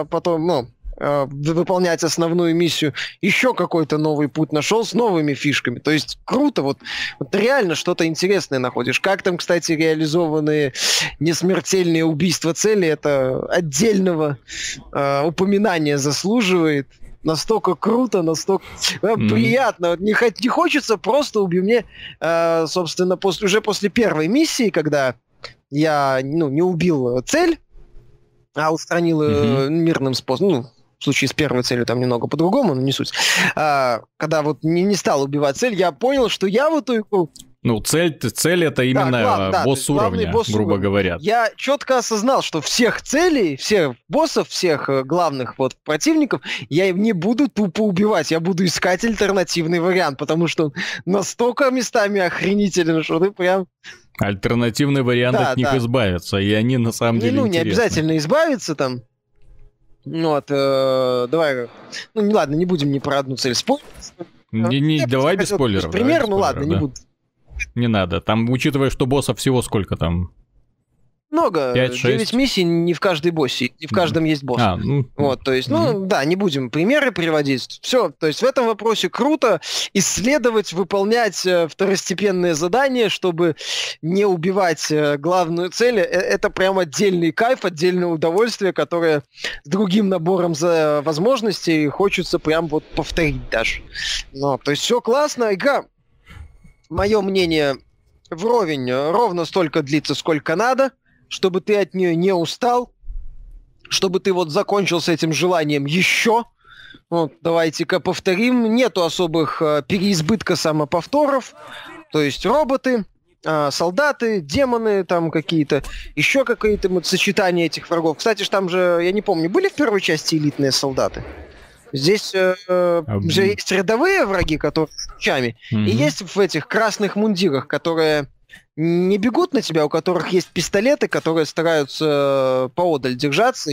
S2: выполнять основную миссию, еще какой-то новый путь нашел с новыми фишками. То есть круто, вот реально что-то интересное находишь. Как там, кстати, реализованы несмертельные убийства цели, это отдельного упоминания заслуживает. Настолько круто, настолько приятно. Вот не хочется просто убить. Мне, собственно, уже после первой миссии, когда я не убил цель, а устранил мирным способом, в случае с первой целью там немного по-другому, но не суть. Когда вот не стал убивать цель, я понял, что я в эту игру...
S1: Цель это именно босс уровня, грубо говоря.
S2: Я четко осознал, что всех целей, всех боссов, всех главных противников я не буду тупо убивать, я буду искать альтернативный вариант, потому что он настолько местами охренителен, что ты прям...
S1: Альтернативный вариант от них избавиться, и они на самом деле интересны.
S2: Не обязательно избавиться там. Давай... ладно, не будем ни про одну цель спойлерить.
S1: Давай без спойлеров.
S2: Пример, ладно, не буду.
S1: Не надо. Там, учитывая, что боссов всего сколько там?
S2: Много. 9 миссий, не в каждой боссе, не в каждом есть босс. То есть, не будем примеры приводить. Все, то есть в этом вопросе круто исследовать, выполнять второстепенные задания, чтобы не убивать главную цель. Это прям отдельный кайф, отдельное удовольствие, которое с другим набором возможностей хочется прям повторить даже. То есть все классно, игра... Мое мнение, вровень ровно столько длится, сколько надо, чтобы ты от нее не устал, чтобы ты закончил с этим желанием еще. Давайте-ка повторим. Нету особых переизбытка самоповторов. То есть роботы, солдаты, демоны там какие-то, еще какие-то сочетания этих врагов. Кстати, там же, я не помню, были в первой части элитные солдаты? Здесь есть рядовые враги, которые с мечами, и есть в этих красных мундирах, которые не бегут на тебя, у которых есть пистолеты, которые стараются поодаль держаться.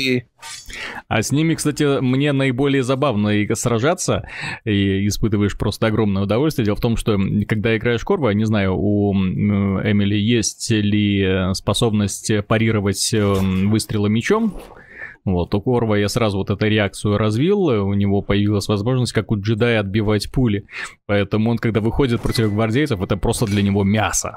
S1: А с ними, кстати, мне наиболее забавно сражаться, и испытываешь просто огромное удовольствие. Дело в том, что когда играешь Корво, не знаю, у Эмили есть ли способность парировать выстрелы мечом. У Корва я сразу эту реакцию развил, у него появилась возможность, как у джедая, отбивать пули. Поэтому он, когда выходит против гвардейцев, это просто для него мясо.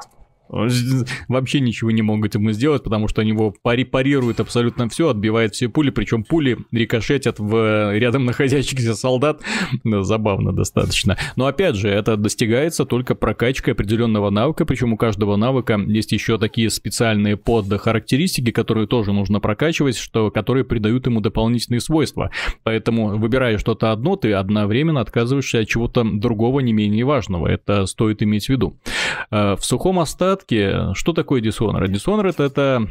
S1: Вообще ничего не могут ему сделать, потому что они его парируют абсолютно все, отбивает все пули, причем пули рикошетят в рядом находящихся солдат. Забавно достаточно. Но опять же, это достигается только прокачкой определенного навыка, причем у каждого навыка есть еще такие специальные подхарактеристики, которые тоже нужно прокачивать, которые придают ему дополнительные свойства. Поэтому, выбирая что-то одно, ты одновременно отказываешься от чего-то другого, не менее важного. Это стоит иметь в виду. В сухом остатке, что такое Dishonored? Dishonored — это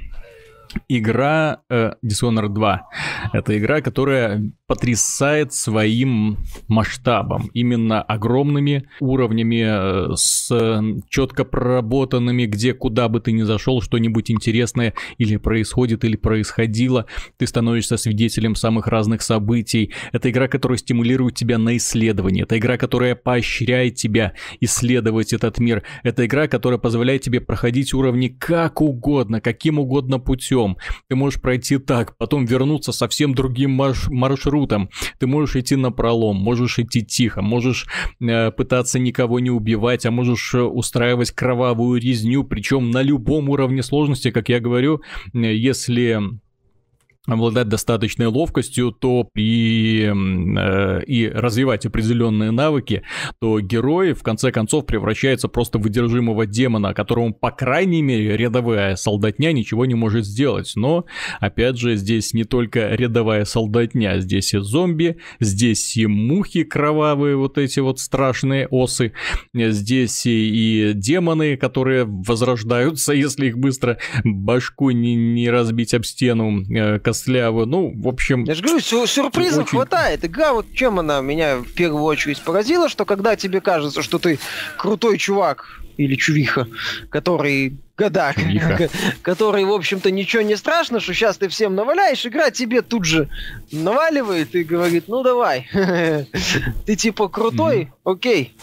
S1: игра Dishonored 2. Это игра, которая потрясает своим масштабом. Именно огромными уровнями, с четко проработанными, где куда бы ты ни зашел, что-нибудь интересное или происходит, или происходило. Ты становишься свидетелем самых разных событий. Это игра, которая стимулирует тебя на исследование. Это игра, которая поощряет тебя исследовать этот мир. Это игра, которая позволяет тебе проходить уровни как угодно, каким угодно путем. Ты можешь пройти так, потом вернуться совсем другим маршрутом, маршрутам. Ты можешь идти напролом, можешь идти тихо, можешь пытаться никого не убивать, а можешь устраивать кровавую резню, причем на любом уровне сложности, как я говорю, если обладать достаточной ловкостью, то и развивать определенные навыки, то герой в конце концов превращается просто в одержимого демона, которому, по крайней мере, рядовая солдатня ничего не может сделать. Но, опять же, здесь не только рядовая солдатня, здесь и зомби, здесь и мухи кровавые, вот эти вот страшные осы, здесь и демоны, которые возрождаются, если их быстро башку не разбить об стену, костлявы, ну, в общем...
S2: Я же говорю, сюрпризов хватает. Игра, вот чем она меня в первую очередь поразила, что когда тебе кажется, что ты крутой чувак или чувиха, который который, в общем-то, ничего не страшно, что сейчас ты всем наваляешь, игра тебе тут же наваливает и говорит, ну давай, ты типа крутой, окей.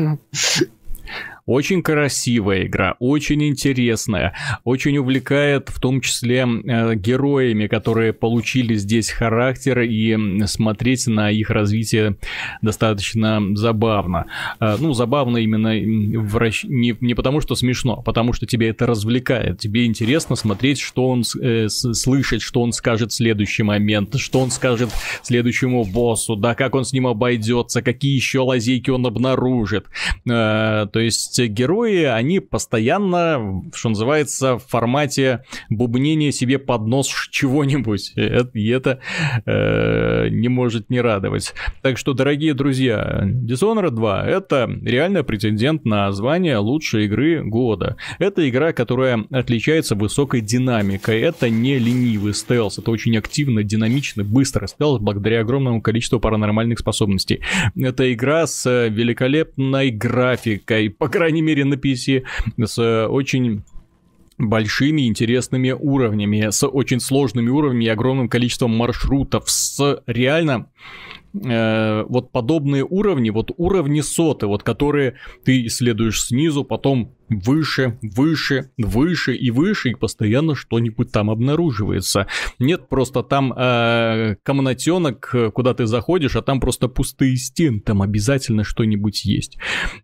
S1: Очень красивая игра, очень интересная, очень увлекает в том числе героями, которые получили здесь характер, и смотреть на их развитие достаточно забавно. Ну, забавно именно не потому, что смешно, а потому что тебя это развлекает. Тебе интересно смотреть, что он слышать, что он скажет в следующий момент, что он скажет следующему боссу, да, как он с ним обойдется, какие еще лазейки он обнаружит. То есть герои, они постоянно, что называется, в формате бубнения себе под нос чего-нибудь. И это не может не радовать. Так что, дорогие друзья, Dishonored 2 — это реально претендент на звание лучшей игры года. Это игра, которая отличается высокой динамикой. Это не ленивый стелс. Это очень активно, динамичный, быстрый стелс благодаря огромному количеству паранормальных способностей. Это игра с великолепной графикой, по крайней мере на PC, с очень большими интересными уровнями, с очень сложными уровнями и огромным количеством маршрутов, с реально вот подобные уровни, вот уровни соты, вот которые ты исследуешь снизу, потом выше, выше, выше и выше, и постоянно что-нибудь там обнаруживается. Нет просто там комнатенок, куда ты заходишь, а там просто пустые стены, там обязательно что-нибудь есть.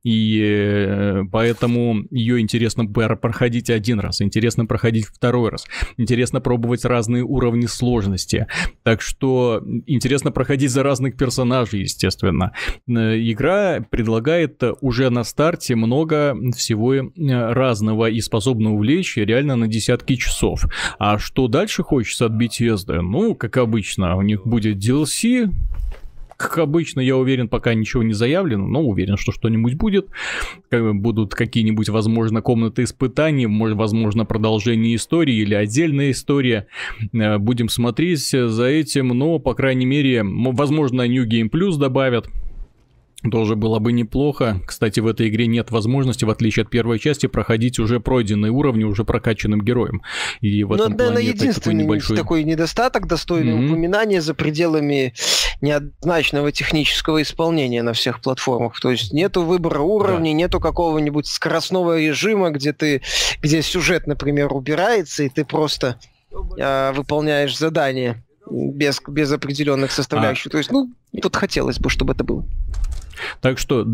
S1: И поэтому ее интересно проходить один раз, интересно проходить второй раз, интересно пробовать разные уровни сложности. Так что интересно проходить за разных персонажей, естественно. Игра предлагает уже на старте много всего разного и способна увлечь реально на десятки часов. А что дальше хочется от Bethesda? Ну, как обычно, у них будет DLC. Как обычно, я уверен, пока ничего не заявлено, но уверен, что что-нибудь будет. Будут какие-нибудь, возможно, комнаты испытаний, возможно, продолжение истории или отдельная история. Будем смотреть за этим, но, по крайней мере, возможно, New Game Plus добавят. Тоже было бы неплохо. Кстати, в этой игре нет возможности, в отличие от первой части, проходить уже пройденные уровни уже прокачанным героем. И в этом
S2: наверное, единственный такой недостаток, достойный упоминания за пределами неоднозначного технического исполнения на всех платформах. То есть нету выбора уровней, нету какого-нибудь скоростного режима, где сюжет, например, убирается, и ты просто выполняешь задание без определенных составляющих. То есть, тут хотелось бы, чтобы это было.
S1: Так что,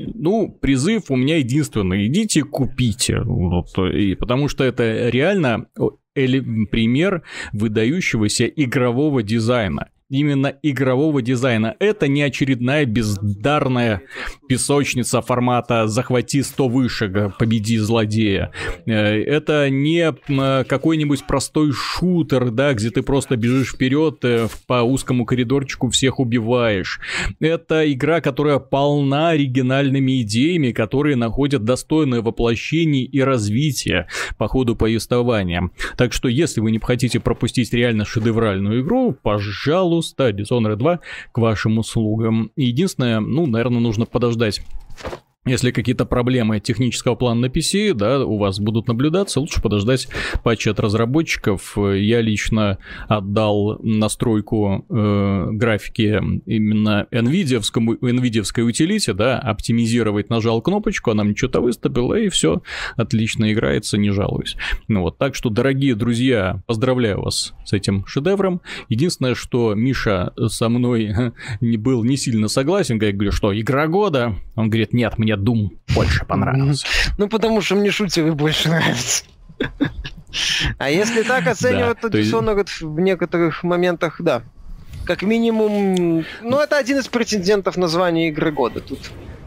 S1: призыв у меня единственный. Идите купите. Потому что это реально пример выдающегося игрового дизайна. Именно игрового дизайна. Это не очередная бездарная песочница формата «захвати 100 вышек, победи злодея». Это не какой-нибудь простой шутер, да, где ты просто бежишь вперед по узкому коридорчику, всех убиваешь. Это игра, которая полна оригинальными идеями, которые находят достойное воплощение и развитие по ходу повествования. Так что, если вы не хотите пропустить реально шедевральную игру, пожалуйста, Dishonored 2 к вашим услугам. Единственное, наверное, нужно подождать Если какие-то проблемы технического плана на PC, да, у вас будут наблюдаться, лучше подождать патчи от разработчиков. Я лично отдал настройку графики именно NVIDIA-вской утилите, да, оптимизировать, нажал кнопочку, она мне что-то выставила, и все отлично играется, не жалуюсь. Ну вот, так что, дорогие друзья, поздравляю вас с этим шедевром. Единственное, что Миша со мной был не сильно согласен, я говорю, что игра года, он говорит, нет, мне Doom больше понравился.
S2: Ну, потому что мне шутеры больше нравятся. А если так оценивать, то Dishonored в некоторых моментах, да. Как минимум, ну, это один из претендентов на звание игры года тут.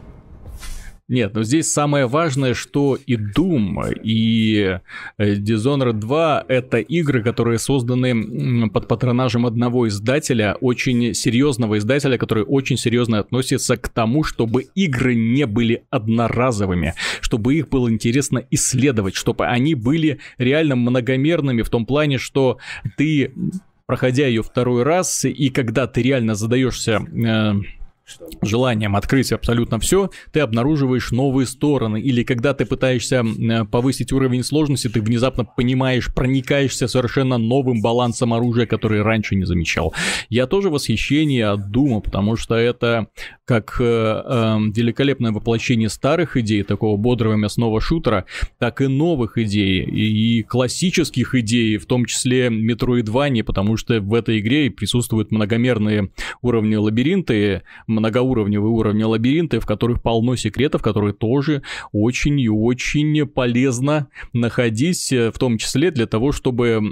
S1: Нет, но здесь самое важное, что и Doom, и Dishonored 2 — это игры, которые созданы под патронажем одного издателя, очень серьезного издателя, который очень серьезно относится к тому, чтобы игры не были одноразовыми, чтобы их было интересно исследовать, чтобы они были реально многомерными в том плане, что ты, проходя ее второй раз, и когда ты реально задаешься желанием открыть абсолютно все, ты обнаруживаешь новые стороны. Или когда ты пытаешься повысить уровень сложности, ты внезапно понимаешь, проникаешься совершенно новым балансом оружия, который раньше не замечал. Я тоже в восхищении от Doom, потому что это как великолепное воплощение старых идей, такого бодрого мясного шутера, так и новых идей, и классических идей, в том числе Metroidvania, потому что в этой игре присутствуют многомерные уровни лабиринты, многоуровневые уровни лабиринты, в которых полно секретов, которые тоже очень и очень полезно находить, в том числе для того, чтобы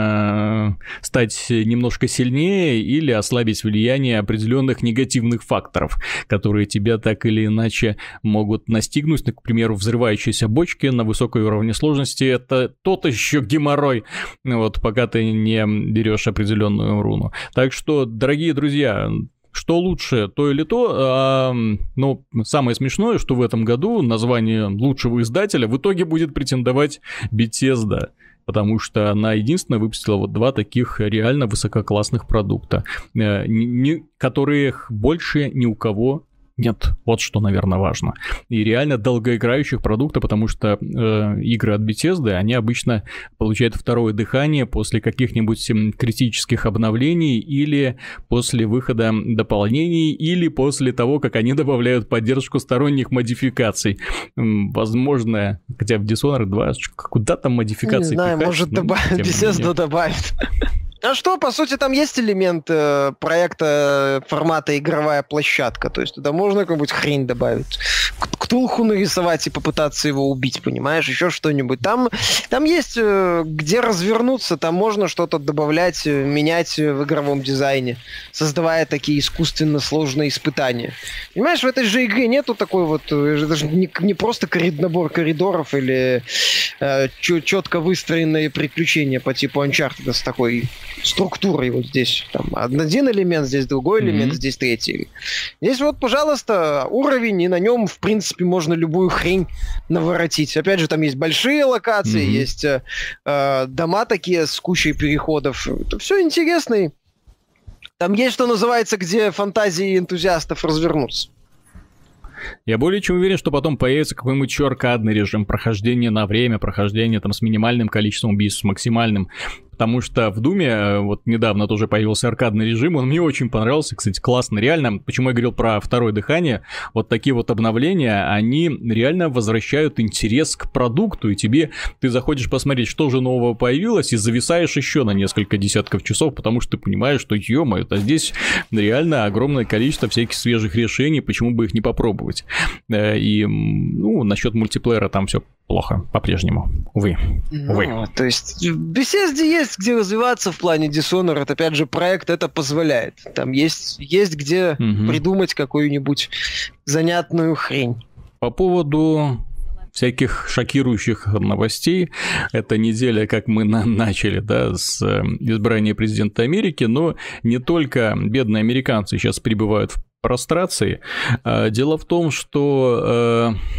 S1: стать немножко сильнее или ослабить влияние определенных негативных факторов, которые тебя так или иначе могут настигнуть. К примеру, взрывающиеся бочки на высокой уровне сложности — это тот еще геморрой, вот, пока ты не берешь определенную руну. Так что, дорогие друзья, что лучше, то или то, но самое смешное, что в этом году название лучшего издателя в итоге будет претендовать Bethesda, потому что она единственная выпустила вот два таких реально высококлассных продукта, которых больше ни у кого нет. Вот что, наверное, важно. И реально долгоиграющих продуктов, потому что игры от Bethesda, они обычно получают второе дыхание после каких-нибудь критических обновлений или после выхода дополнений, или после того, как они добавляют поддержку сторонних модификаций. Возможно, хотя в Dishonored 2 куда там модификации
S2: не знаю,
S1: пихать,
S2: может, Bethesda добавит. А что, по сути, там есть элемент проекта формата игровая площадка, то есть туда можно какую-нибудь хрень добавить, ктулху нарисовать и попытаться его убить, понимаешь, еще что-нибудь. Там есть где развернуться, там можно что-то добавлять, менять в игровом дизайне, создавая такие искусственно сложные испытания. Понимаешь, в этой же игре нету такой вот, даже не просто набор коридоров или четко выстроенные приключения по типу Uncharted с такой структурой вот здесь. Там один элемент, здесь другой элемент, здесь третий. Здесь вот, пожалуйста, уровень, и на нем, в принципе, можно любую хрень наворотить. Опять же, там есть большие локации, есть дома такие с кучей переходов. Это все интересно. Там есть, что называется, где фантазии энтузиастов развернутся.
S1: Я более чем уверен, что потом появится какой-нибудь еще аркадный режим прохождения на время, прохождения там с минимальным количеством убийств, с максимальным. Потому что в Думе вот недавно тоже появился аркадный режим, он мне очень понравился, кстати, классно, реально. Почему я говорил про второе дыхание? Вот такие вот обновления, они реально возвращают интерес к продукту, и ты заходишь посмотреть, что же нового появилось, и зависаешь еще на несколько десятков часов, потому что ты понимаешь, что, ё-моё, это здесь реально огромное количество всяких свежих решений, почему бы их не попробовать. И, ну, насчет мультиплеера там все плохо по-прежнему, увы.
S2: То есть в Bethesda есть где развиваться в плане Dishonored, опять же, проект это позволяет. Там есть где придумать какую-нибудь занятную хрень.
S1: По поводу всяких шокирующих новостей. Эта неделя, как мы начали, да, с избрания президента Америки, но не только бедные американцы сейчас пребывают в прострации. Дело в том, что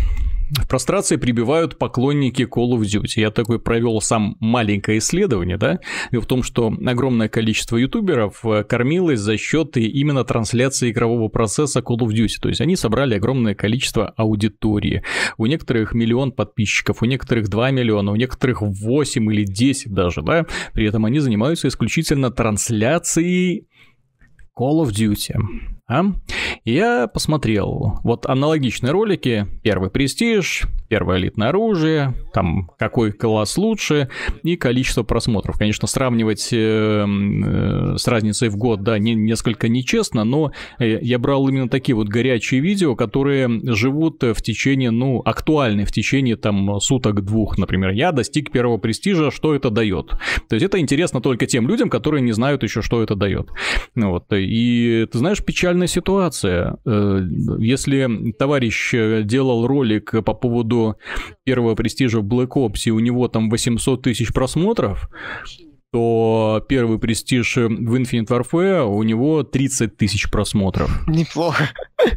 S1: В прострации прибивают поклонники Call of Duty. Я такой провел сам маленькое исследование, да, и в том, что огромное количество ютуберов кормилось за счет именно трансляции игрового процесса Call of Duty. То есть они собрали огромное количество аудитории. У некоторых 1 миллион подписчиков, у некоторых 2 миллиона, у некоторых 8 или 10 даже, да. При этом они занимаются исключительно трансляцией Call of Duty. Я посмотрел вот аналогичные ролики: первый престиж, первое элитное оружие, там какой класс лучше и количество просмотров. Конечно, сравнивать с разницей в год, да, несколько нечестно, но я брал именно такие вот горячие видео, которые живут в течение, ну, актуальны в течение там суток-двух, например. Я достиг первого престижа, что это дает? То есть это интересно только тем людям, которые не знают еще, что это дает. Вот. И ты знаешь, печальная ситуация. Если товарищ делал ролик по поводу первого престижа в Black Ops, и у него там 800 тысяч просмотров, то первый престиж в Infinite Warfare у него 30 тысяч просмотров.
S2: Неплохо.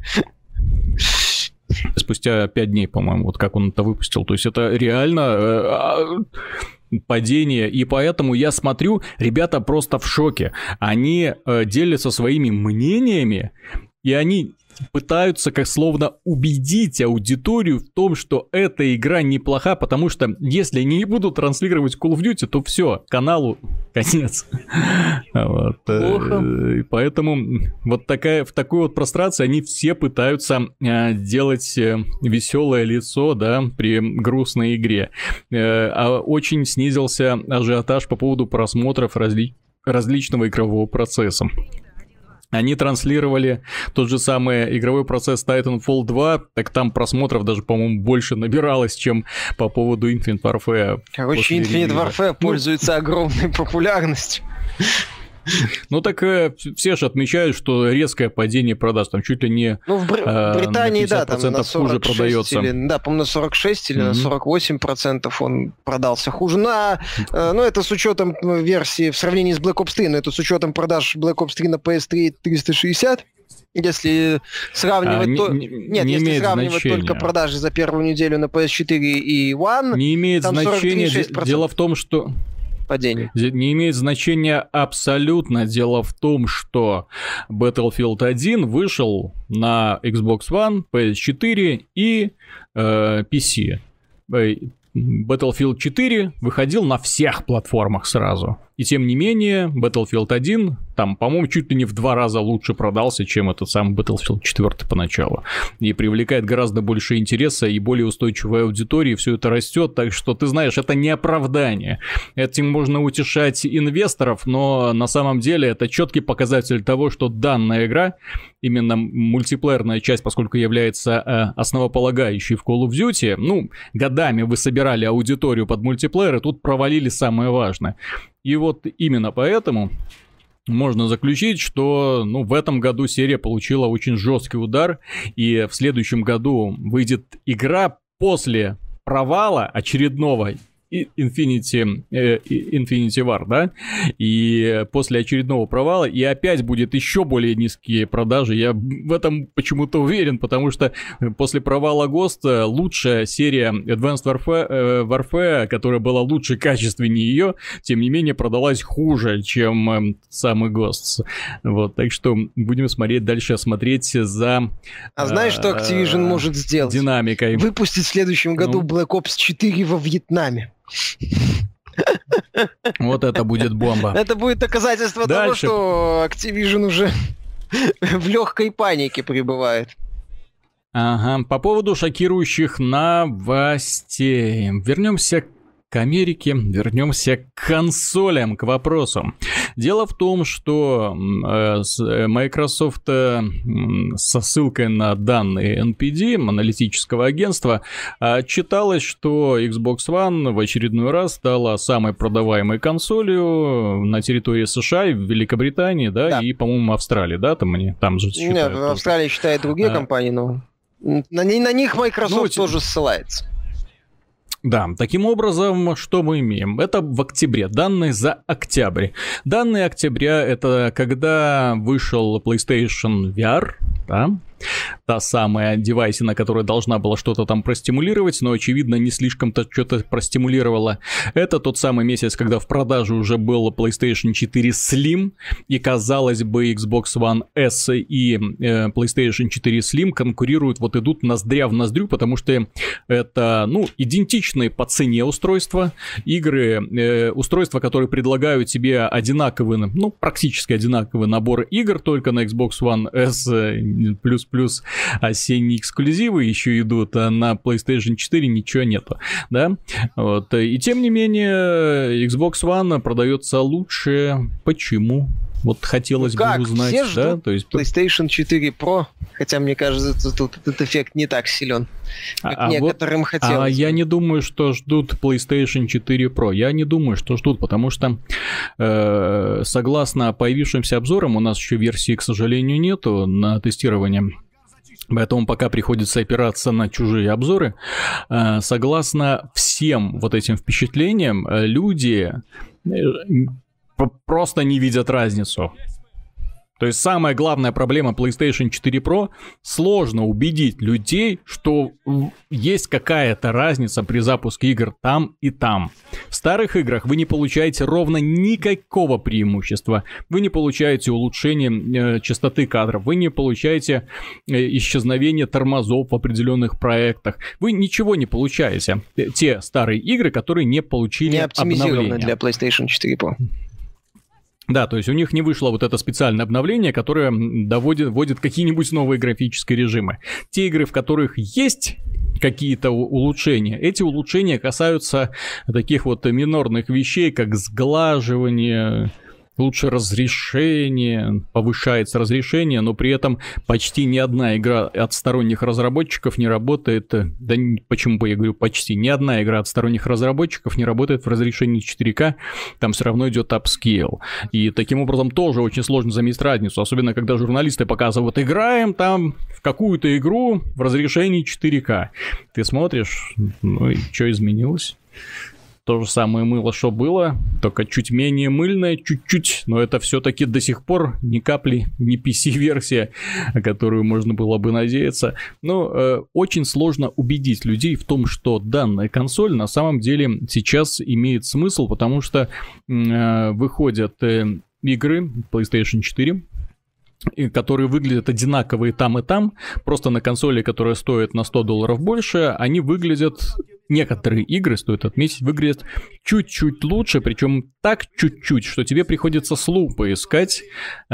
S1: Спустя 5 дней, по-моему, вот как он это выпустил. То есть это реально падение, и поэтому я смотрю, ребята просто в шоке. Они делятся своими мнениями, и они пытаются как словно убедить аудиторию в том, что эта игра неплоха, потому что если они не будут транслировать Call of Duty, то все, каналу конец. Вот. И поэтому вот в такой вот прострации они все пытаются делать веселое лицо, да, при грустной игре. Очень снизился ажиотаж по поводу просмотров различного игрового процесса. Они транслировали тот же самый игровой процесс Titanfall 2, так там просмотров даже, по-моему, больше набиралось, чем по поводу Infinite Warfare.
S2: Короче, Infinite Warfare пользуется огромной популярностью.
S1: Ну так все же отмечают, что резкое падение продаж, там чуть ли не
S2: ну, в Британии, да, там на 46
S1: хуже продается.
S2: Да, по-моему, на 46 или на 48% он продался хуже. Ну, это с учетом версии в сравнении с Black Ops 3, но это с учетом продаж Black Ops 3 на PS3 360. Если сравнивать, если сравнивать только продажи за первую неделю на PS4 и One,
S1: не имеет значения. Дело в том, что
S2: падение.
S1: Не имеет значения абсолютно. Дело в том, что Battlefield 1 вышел на Xbox One, PS4 и PC. Battlefield 4 выходил на всех платформах сразу. И тем не менее, Battlefield 1, там, по-моему, чуть ли не в 2 раза лучше продался, чем этот самый Battlefield 4 поначалу. И привлекает гораздо больше интереса и более устойчивой аудитории, все это растет, так что, ты знаешь, это не оправдание. Этим можно утешать инвесторов, но на самом деле это четкий показатель того, что данная игра, именно мультиплеерная часть, поскольку является основополагающей в Call of Duty, ну, годами вы собирали аудиторию под мультиплеер, и тут провалили самое важное. И вот именно поэтому можно заключить, что, ну, в этом году серия получила очень жесткий удар, и в следующем году выйдет игра после провала очередного Infinity War, да, и после очередного провала, и опять будет еще более низкие продажи. Я в этом почему-то уверен, потому что после провала Ghost лучшая серия Advanced Warfare, которая была лучше, качественнее ее, тем не менее продалась хуже, чем самый Ghost. Вот, так что будем смотреть за
S2: знаешь, что Activision может сделать?
S1: Динамикой.
S2: Выпустить в следующем году Black Ops 4 во Вьетнаме.
S1: Вот это будет бомба.
S2: Это будет доказательство того, что Activision уже в легкой панике пребывает.
S1: Ага, по поводу шокирующих новостей. Вернемся к Америке, вернемся к консолям, к вопросу. Дело в том, что Microsoft со ссылкой на данные NPD, аналитического агентства, читалось, что Xbox One в очередной раз стала самой продаваемой консолью на территории США, в Великобритании, да, и, по-моему, Австралии, да, там же считают.
S2: Нет, в Австралии считают другие компании, но на них Microsoft тоже ссылается.
S1: Да, таким образом, что мы имеем? Это в октябре, данные за октябрь. Данные октября — это когда вышел PlayStation VR, да? та самая девайсина, которая должна была что-то там простимулировать, но, очевидно, не слишком-то что-то простимулировала. Это тот самый месяц, когда в продаже уже был PlayStation 4 Slim, и, казалось бы, Xbox One S и PlayStation 4 Slim конкурируют, вот идут ноздря в ноздрю, потому что это, ну, идентичные по цене устройства, игры, устройства, которые предлагают тебе одинаковый, ну, практически одинаковый набор игр, только на Xbox One S плюс осенние эксклюзивы еще идут, а на PlayStation 4 ничего нету, да, вот, и тем не менее Xbox One продается лучше. Почему? Вот хотелось бы узнать,
S2: все ждут,
S1: да, то есть
S2: PlayStation 4 Pro, хотя мне кажется, тут этот эффект не так силен, как некоторым хотелось.
S1: Я не думаю, что ждут PlayStation 4 Pro. Я не думаю, что ждут, потому что согласно появившимся обзорам, у нас еще версии, к сожалению, нету на тестирование. Поэтому пока приходится опираться на чужие обзоры. Согласно всем вот этим впечатлениям, люди просто не видят разницу. То есть самая главная проблема PlayStation 4 Pro — сложно убедить людей, что есть какая-то разница при запуске игр там и там. В старых играх вы не получаете ровно никакого преимущества. Вы не получаете улучшение частоты кадров, вы не получаете исчезновение тормозов в определенных проектах. Вы ничего не получаете. Те старые игры, которые не получили обновления. Не оптимизированы
S2: для PlayStation 4 Pro.
S1: Да, то есть у них не вышло вот это специальное обновление, которое вводит какие-нибудь новые графические режимы. Те игры, в которых есть какие-то улучшения, эти улучшения касаются таких вот минорных вещей, как сглаживание, лучше разрешение, повышается разрешение, но при этом почти ни одна игра от сторонних разработчиков не работает, да почему бы я говорю почти, ни одна игра от сторонних разработчиков не работает в разрешении 4К, там все равно идет апскейл. И таким образом тоже очень сложно заметить разницу, особенно когда журналисты показывают, играем там в какую-то игру в разрешении 4К. Ты смотришь, ну и что изменилось? То же самое мыло, что было, только чуть менее мыльное, чуть-чуть, но это все-таки до сих пор ни капли не PC-версия, о которую можно было бы надеяться. Но очень сложно убедить людей в том, что данная консоль на самом деле сейчас имеет смысл, потому что выходят игры PlayStation 4, которые выглядят одинаковые там и там, просто на консоли, которая стоит на $100 больше, они выглядят... Некоторые игры, стоит отметить, выглядят чуть-чуть лучше, причем так чуть-чуть, что тебе приходится с лупой искать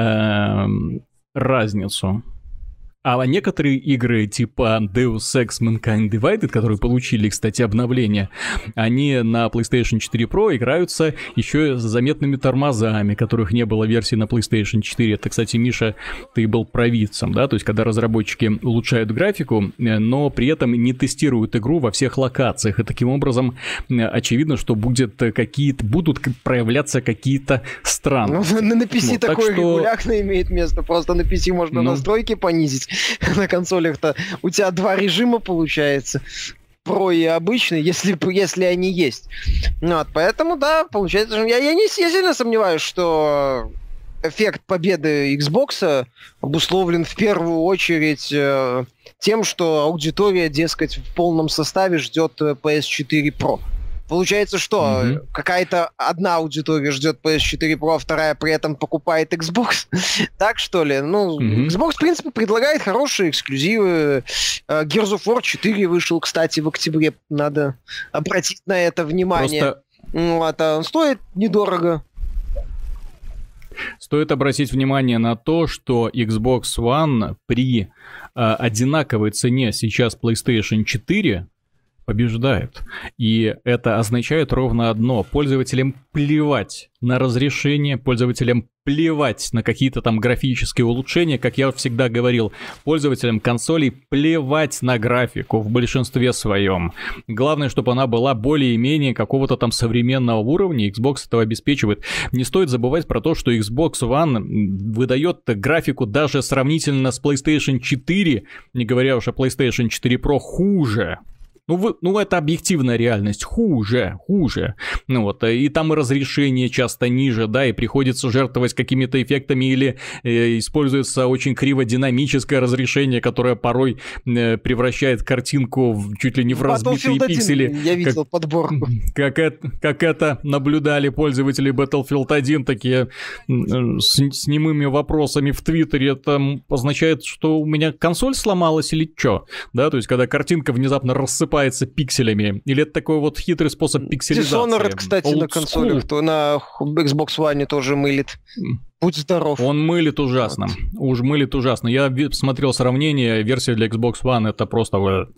S1: разницу. А некоторые игры типа Deus Ex Mankind Divided, которые получили, кстати, обновление, они на PlayStation 4 Pro играются еще с заметными тормозами, которых не было версии на PlayStation 4. Это, кстати, Миша, ты был провидцем, да? То есть, когда разработчики улучшают графику, но при этом не тестируют игру во всех локациях. И таким образом, очевидно, что будут проявляться какие-то странности.
S2: Ну, на PC вот, такое регулярно имеет место. Просто на PC можно настройки понизить. На консолях-то у тебя два режима получается. Про и обычный, если они есть. Вот, поэтому, да, получается, я сильно сомневаюсь, что эффект победы Xbox обусловлен в первую очередь тем, что аудитория, дескать, в полном составе ждет PS4 Pro. Получается, что какая-то одна аудитория ждет PS4 Pro, а вторая при этом покупает Xbox. Так что ли? Ну, Xbox, в принципе, предлагает хорошие эксклюзивы. Gears of War 4 вышел, кстати, в октябре. Надо обратить на это внимание. Вот, а он стоит недорого.
S1: Стоит обратить внимание на то, что Xbox One при одинаковой цене сейчас PlayStation 4 побеждает. И это означает ровно одно. Пользователям плевать на разрешение, пользователям плевать на какие-то там графические улучшения. Как я всегда говорил, пользователям консолей плевать на графику в большинстве своем. Главное, чтобы она была более-менее какого-то там современного уровня. Xbox этого обеспечивает. Не стоит забывать про то, что Xbox One выдает графику даже сравнительно с PlayStation 4, не говоря уж о PlayStation 4 Pro, хуже. это объективная реальность, хуже. Ну вот, и там и разрешение часто ниже, да, и приходится жертвовать какими-то эффектами или используется очень криво-динамическое разрешение, которое порой превращает картинку чуть ли не в разбитые пиксели.
S2: Я видел подборку.
S1: Как это наблюдали пользователи Battlefield 1, такие с немыми вопросами в Твиттере. Это означает, что у меня консоль сломалась или что? Да, то есть, когда картинка внезапно рассыпается пикселями. Или это такой вот хитрый способ пикселизации?
S2: Dishonored, кстати, на консолях, то на Xbox One тоже мылит. Будь здоров.
S1: Он мылит ужасно. Вот. Уж мылит ужасно. Я смотрел сравнение, версия для Xbox One это просто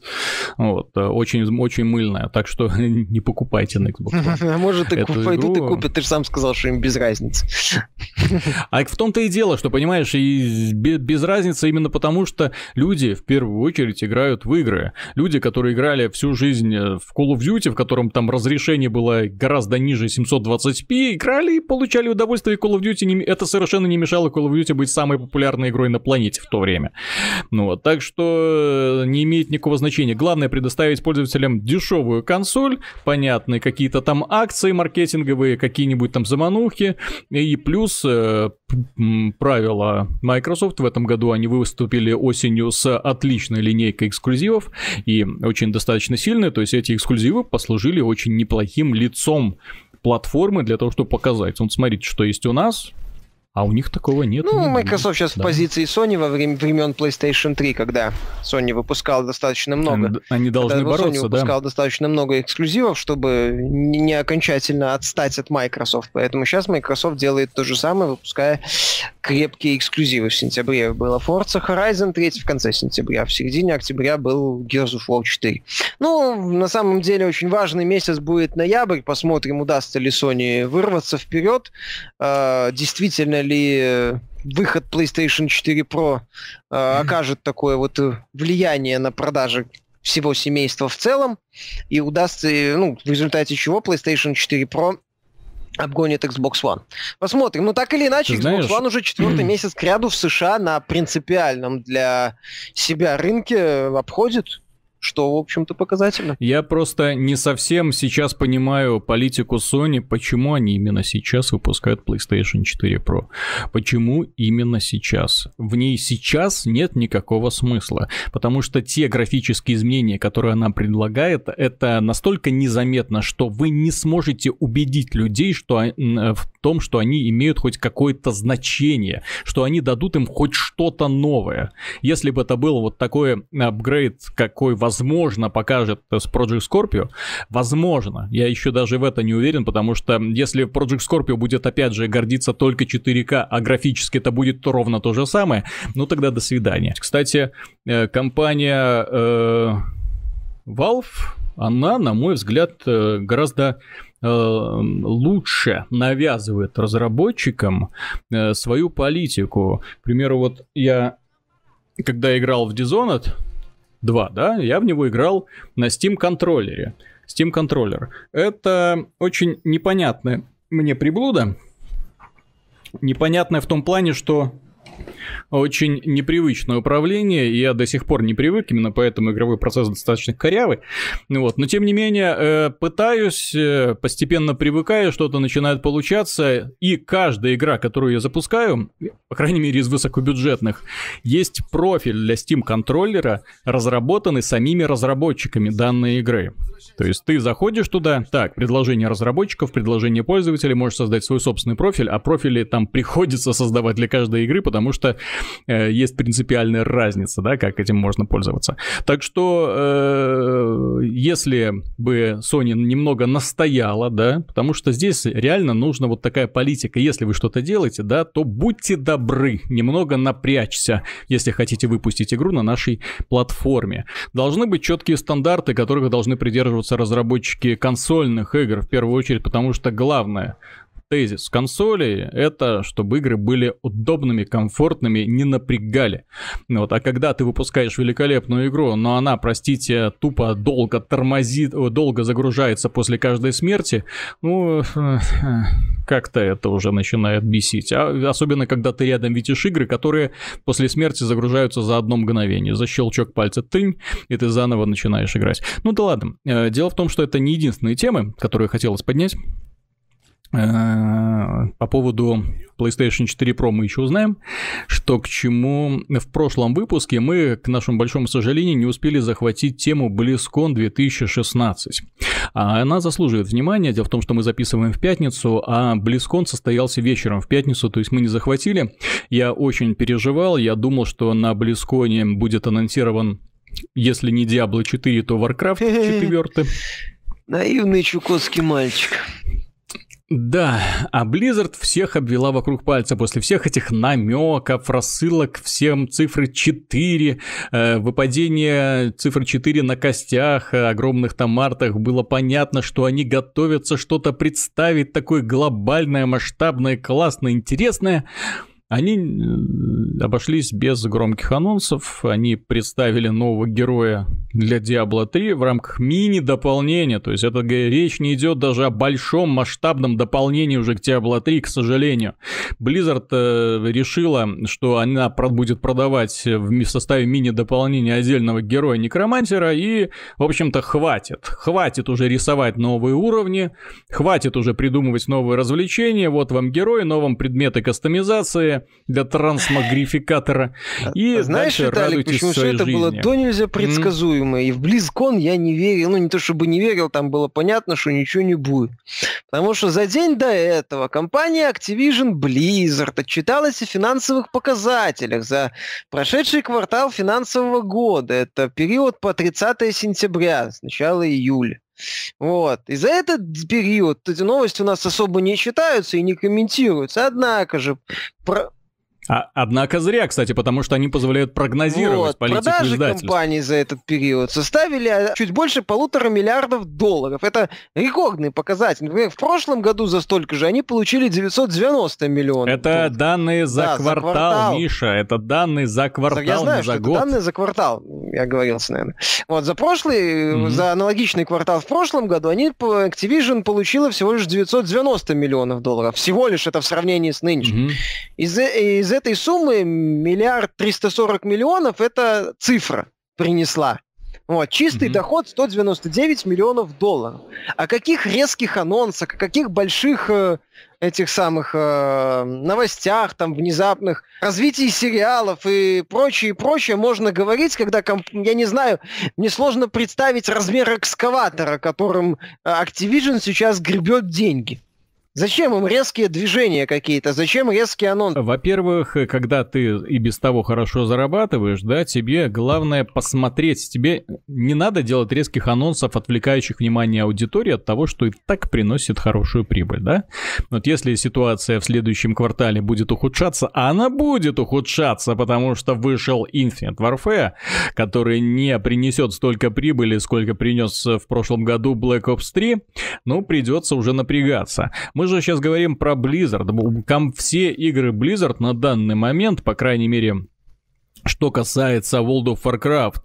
S1: очень мыльная. Так что не покупайте на Xbox One.
S2: Может, и пойдут и купят. Ты же сам сказал, что им без разницы.
S1: А в том-то и дело, что, понимаешь, и без разницы именно потому, что люди в первую очередь играют в игры. Люди, которые играли всю жизнь в Call of Duty, в котором там разрешение было гораздо ниже 720p, играли и получали удовольствие. Call of Duty это совершенно не мешало Call of Duty быть самой популярной игрой на планете в то время. Так что не имеет никакого значения. Главное предоставить пользователям дешевую консоль, понятные какие-то там акции маркетинговые, какие-нибудь там заманухи, и плюс правила Microsoft. В этом году они выступили осенью с отличной линейкой эксклюзивов, и очень достаточно сильные, то есть эти эксклюзивы послужили очень неплохим лицом платформы для того, чтобы показать. Смотрите, что есть у нас. А у них такого нет.
S2: Microsoft сейчас в позиции Sony во времен PlayStation 3, когда Sony выпускала достаточно много.
S1: Они должны бороться,
S2: Sony выпускала достаточно много эксклюзивов, чтобы не окончательно отстать от Microsoft. Поэтому сейчас Microsoft делает то же самое, выпуская крепкие эксклюзивы. В сентябре было Forza Horizon 3 в конце сентября. В середине октября был Gears of War 4. На самом деле очень важный месяц будет ноябрь. Посмотрим, удастся ли Sony вырваться вперед. Действительно ли выход PlayStation 4 Pro окажет такое вот влияние на продажи всего семейства в целом, и удастся, в результате чего PlayStation 4 Pro обгонит Xbox One. Посмотрим. Так или иначе, Xbox One уже 4-й месяц кряду в США на принципиальном для себя рынке обходит, что, в общем-то, показательно.
S1: Я просто не совсем сейчас понимаю политику Sony, почему они именно сейчас выпускают PlayStation 4 Pro. Почему именно сейчас? В ней сейчас нет никакого смысла, потому что те графические изменения, которые она предлагает, это настолько незаметно, что вы не сможете убедить людей в том, что они имеют хоть какое-то значение, что они дадут им хоть что-то новое. Если бы это был вот такой апгрейд, какой возможно покажет с Project Scorpio, возможно, я еще даже в это не уверен, потому что если Project Scorpio будет опять же гордиться только 4К, а графически это будет ровно то же самое, тогда до свидания. Кстати, компания Valve, она, на мой взгляд, гораздо лучше навязывает разработчикам свою политику. К примеру, я, когда играл в Dishonored 2, да, я в него играл на Steam контроллере. Steam контроллер. Это очень непонятная мне приблуда. Непонятная в том плане, что очень непривычное управление, и я до сих пор не привык, именно поэтому игровой процесс достаточно корявый. Но тем не менее, пытаюсь, постепенно привыкаю, что-то начинает получаться, и каждая игра, которую я запускаю, по крайней мере из высокобюджетных, есть профиль для Steam контроллера, разработанный самими разработчиками данной игры. То есть ты заходишь туда, так, предложение разработчиков, предложение пользователей, можешь создать свой собственный профиль, а профили там приходится создавать для каждой игры, потому что есть принципиальная разница, да, как этим можно пользоваться. Так что, если бы Sony немного настояла, да, потому что здесь реально нужна вот такая политика. Если вы что-то делаете, да, то будьте добры, немного напрячься, если хотите выпустить игру на нашей платформе. Должны быть четкие стандарты, которых должны придерживаться разработчики консольных игр, в первую очередь, потому что главное тезис консолей — это чтобы игры были удобными, комфортными, не напрягали. Вот. А когда ты выпускаешь великолепную игру, но она, простите, тупо долго тормозит, долго загружается после каждой смерти, ну, как-то это уже начинает бесить. Особенно, когда ты рядом видишь игры, которые после смерти загружаются за одно мгновение. За щелчок пальца тынь, и ты заново начинаешь играть. Ну да ладно. Дело в том, что это не единственные темы, которые хотелось поднять. По поводу PlayStation 4 Pro мы еще узнаем, что к чему. В прошлом выпуске мы, к нашему большому сожалению, не успели захватить тему BlizzCon 2016. Она заслуживает внимания. Дело в том, что мы записываем в пятницу, а BlizzCon состоялся вечером в пятницу, то есть мы не захватили. Я очень переживал, я думал, что на BlizzCon будет анонсирован, если не Diablo 4, то Warcraft 4.
S2: Наивный чукотский мальчик.
S1: Да, а Blizzard всех обвела вокруг пальца после всех этих намеков, рассылок всем цифры 4, выпадение цифры 4 на костях, огромных там артах. Было понятно, что они готовятся что-то представить такое глобальное, масштабное, классное, интересное. Они обошлись без громких анонсов, они представили нового героя для Diablo 3 в рамках мини-дополнения, то есть это речь не идет даже о большом масштабном дополнении уже к Diablo 3, к сожалению. Blizzard решила, что она будет продавать в составе мини-дополнения отдельного героя-некромантера, и, в общем-то, хватит уже рисовать новые уровни, хватит уже придумывать новые развлечения, вот вам герой, новым предметы кастомизации для трансмогрификатора. И
S2: знаешь, Виталик, почему все это было до нельзя предсказуемо? И в BlizzCon я не верил, ну не то чтобы не верил, там было понятно, что ничего не будет. Потому что за день до этого компания Activision Blizzard отчиталась о финансовых показателях за прошедший квартал финансового года. Это период по 30 сентября, с начала июля. Вот. И за этот период эти новости у нас особо не читаются и не комментируются. Однако же...
S1: Однако зря, кстати, потому что они позволяют прогнозировать политику
S2: продажи
S1: издательств.
S2: компании за этот период составили чуть больше $1,5 миллиарда. Это рекордный показатель. Например, в прошлом году за столько же они получили 990 миллионов.
S1: Это данные за квартал, Миша. Это данные за квартал,
S2: я знаю,
S1: не за
S2: что
S1: год.
S2: Это данные за квартал. Я оговорился, наверное. Вот, за аналогичный квартал в прошлом году Activision получила всего лишь $990 миллионов. Всего лишь это в сравнении с нынешним. Из этой суммы $1 340 миллионов эта цифра принесла. Вот, чистый доход $199 миллионов. О каких резких анонсах, о каких больших этих самых новостях, там, внезапных, развитии сериалов и прочее можно говорить, когда, я не знаю, мне сложно представить размер экскаватора, которым Activision сейчас гребет деньги. Зачем им резкие движения какие-то? Зачем резкие анонсы?
S1: Во-первых, когда ты и без того хорошо зарабатываешь, да, тебе главное посмотреть. Тебе не надо делать резких анонсов, отвлекающих внимание аудитории от того, что и так приносит хорошую прибыль, да? Вот если ситуация в следующем квартале будет ухудшаться, а она будет ухудшаться, потому что вышел Infinite Warfare, который не принесет столько прибыли, сколько принес в прошлом году Black Ops 3, ну, придется уже напрягаться. Мы же сейчас говорим про Blizzard. Все игры Blizzard на данный момент, по крайней мере, что касается World of Warcraft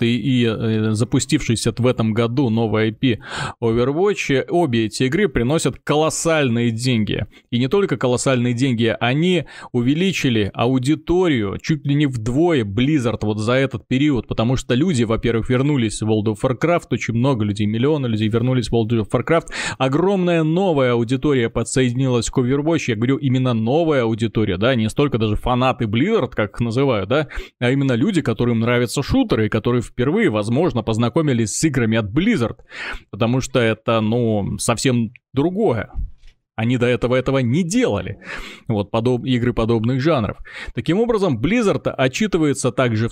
S1: и запустившейся в этом году новой IP Overwatch, обе эти игры приносят колоссальные деньги. И не только колоссальные деньги, они увеличили аудиторию чуть ли не вдвое Blizzard вот за этот период, потому что люди, во-первых, вернулись в World of Warcraft, очень много людей, миллионы людей вернулись в World of Warcraft, огромная новая аудитория подсоединилась к Overwatch, я говорю именно новая аудитория, да, не столько даже фанаты Blizzard, как их называют, да, а именно люди, которым нравятся шутеры, и которые впервые, возможно, познакомились с играми от Blizzard, потому что это, ну, совсем другое. Они до этого не делали. Вот, игры подобных жанров. Таким образом, Blizzard отчитывается также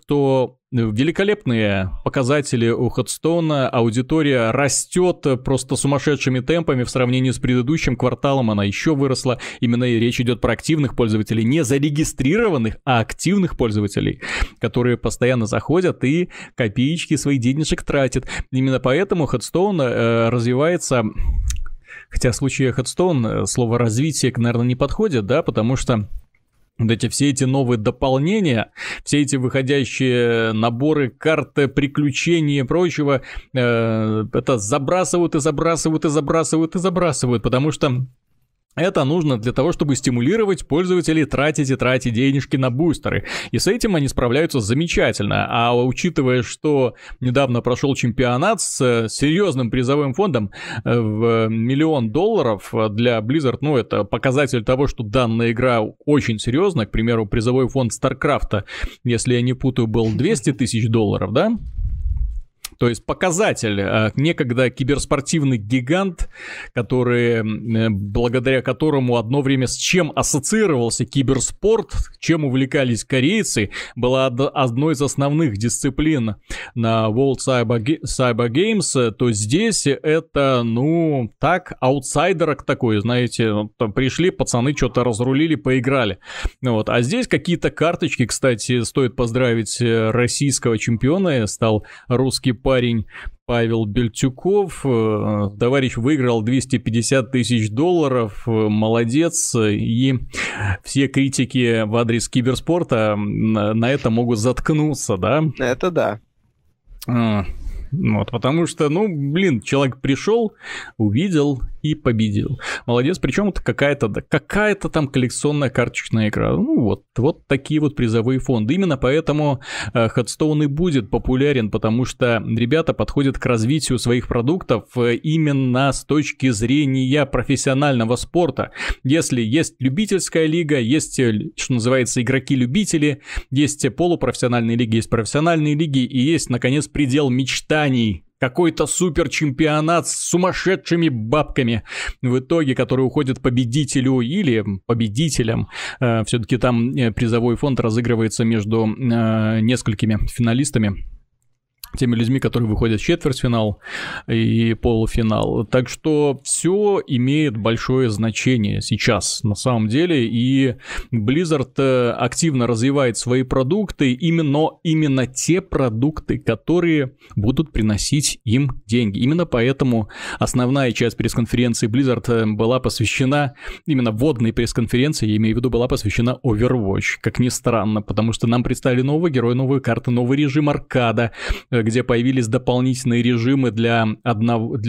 S1: великолепные показатели у Hearthstone. Аудитория растет просто сумасшедшими темпами в сравнении с предыдущим кварталом. Она еще выросла. Именно речь идет про активных пользователей. Не зарегистрированных, а активных пользователей, которые постоянно заходят и копеечки своих денежек тратят. Именно поэтому Hearthstone развивается Хотя в случае Hearthstone слово «развитие», наверное, не подходит, да, потому что вот эти все эти новые дополнения, все эти выходящие наборы, карты, приключений и прочего, это забрасывают, потому что это нужно для того, чтобы стимулировать пользователей тратить денежки на бустеры. И с этим они справляются замечательно. А учитывая, что недавно прошел чемпионат с серьезным призовым фондом в $1 миллион для Blizzard, ну, это показатель того, что данная игра очень серьезная. К примеру, призовой фонд StarCraft, если я не путаю, был $200 тысяч, да? То есть показатель, некогда киберспортивный гигант, благодаря которому одно время с чем ассоциировался киберспорт, чем увлекались корейцы, была одной из основных дисциплин на World Cyber Games, то здесь это, ну, так, аутсайдерок такой, знаете, вот, пришли пацаны, что-то разрулили, поиграли. Вот. А здесь какие-то карточки, кстати, стоит поздравить российского чемпиона, стал русский парень Павел Бельтюков. Товарищ выиграл $250 тысяч, молодец. И все критики в адрес киберспорта на это могут заткнуться, да?
S2: Это да.
S1: Вот, потому что, ну, блин, человек пришел, увидел и победил. Молодец, причем это какая-то там коллекционная карточная игра. Ну, вот такие вот призовые фонды. Именно поэтому Hearthstone и будет популярен, потому что ребята подходят к развитию своих продуктов именно с точки зрения профессионального спорта. Если есть любительская лига, есть, что называется, игроки-любители, есть полупрофессиональные лиги, есть профессиональные лиги, и есть, наконец, предел мечтаний. Какой-то супер чемпионат с сумасшедшими бабками в итоге, который уходит победителю или победителям. Все-таки там призовой фонд разыгрывается между несколькими финалистами. Теми людьми, которые выходят в четвертьфинал и полуфинал. Так что все имеет большое значение сейчас на самом деле. И Blizzard активно развивает свои продукты, именно те продукты, которые будут приносить им деньги. Именно поэтому основная часть пресс-конференции Blizzard была посвящена, именно вводной пресс-конференции, я имею в виду, была посвящена Overwatch. Как ни странно, потому что нам представили нового героя, новые карты, новый режим аркада, где появились дополнительные режимы для 1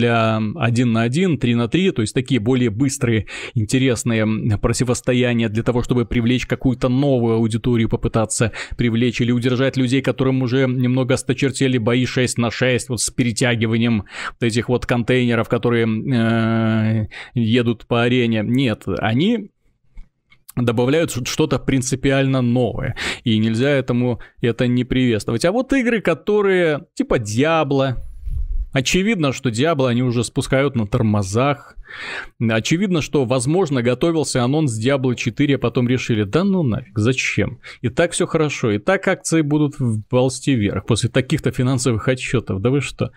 S1: на 1, 3 на 3, то есть такие более быстрые, интересные противостояния для того, чтобы привлечь какую-то новую аудиторию, попытаться привлечь или удержать людей, которым уже немного осточертели бои 6 на 6, вот с перетягиванием вот этих вот контейнеров, которые едут по арене. Нет, они добавляют что-то принципиально новое, и нельзя это не приветствовать. А вот игры, которые типа Diablo, очевидно, что Diablo они уже спускают на тормозах. Очевидно, что, возможно, готовился анонс Diablo 4, а потом решили, да ну нафиг, зачем? И так все хорошо, и так акции будут ползти вверх после таких-то финансовых отчетов. Да вы что?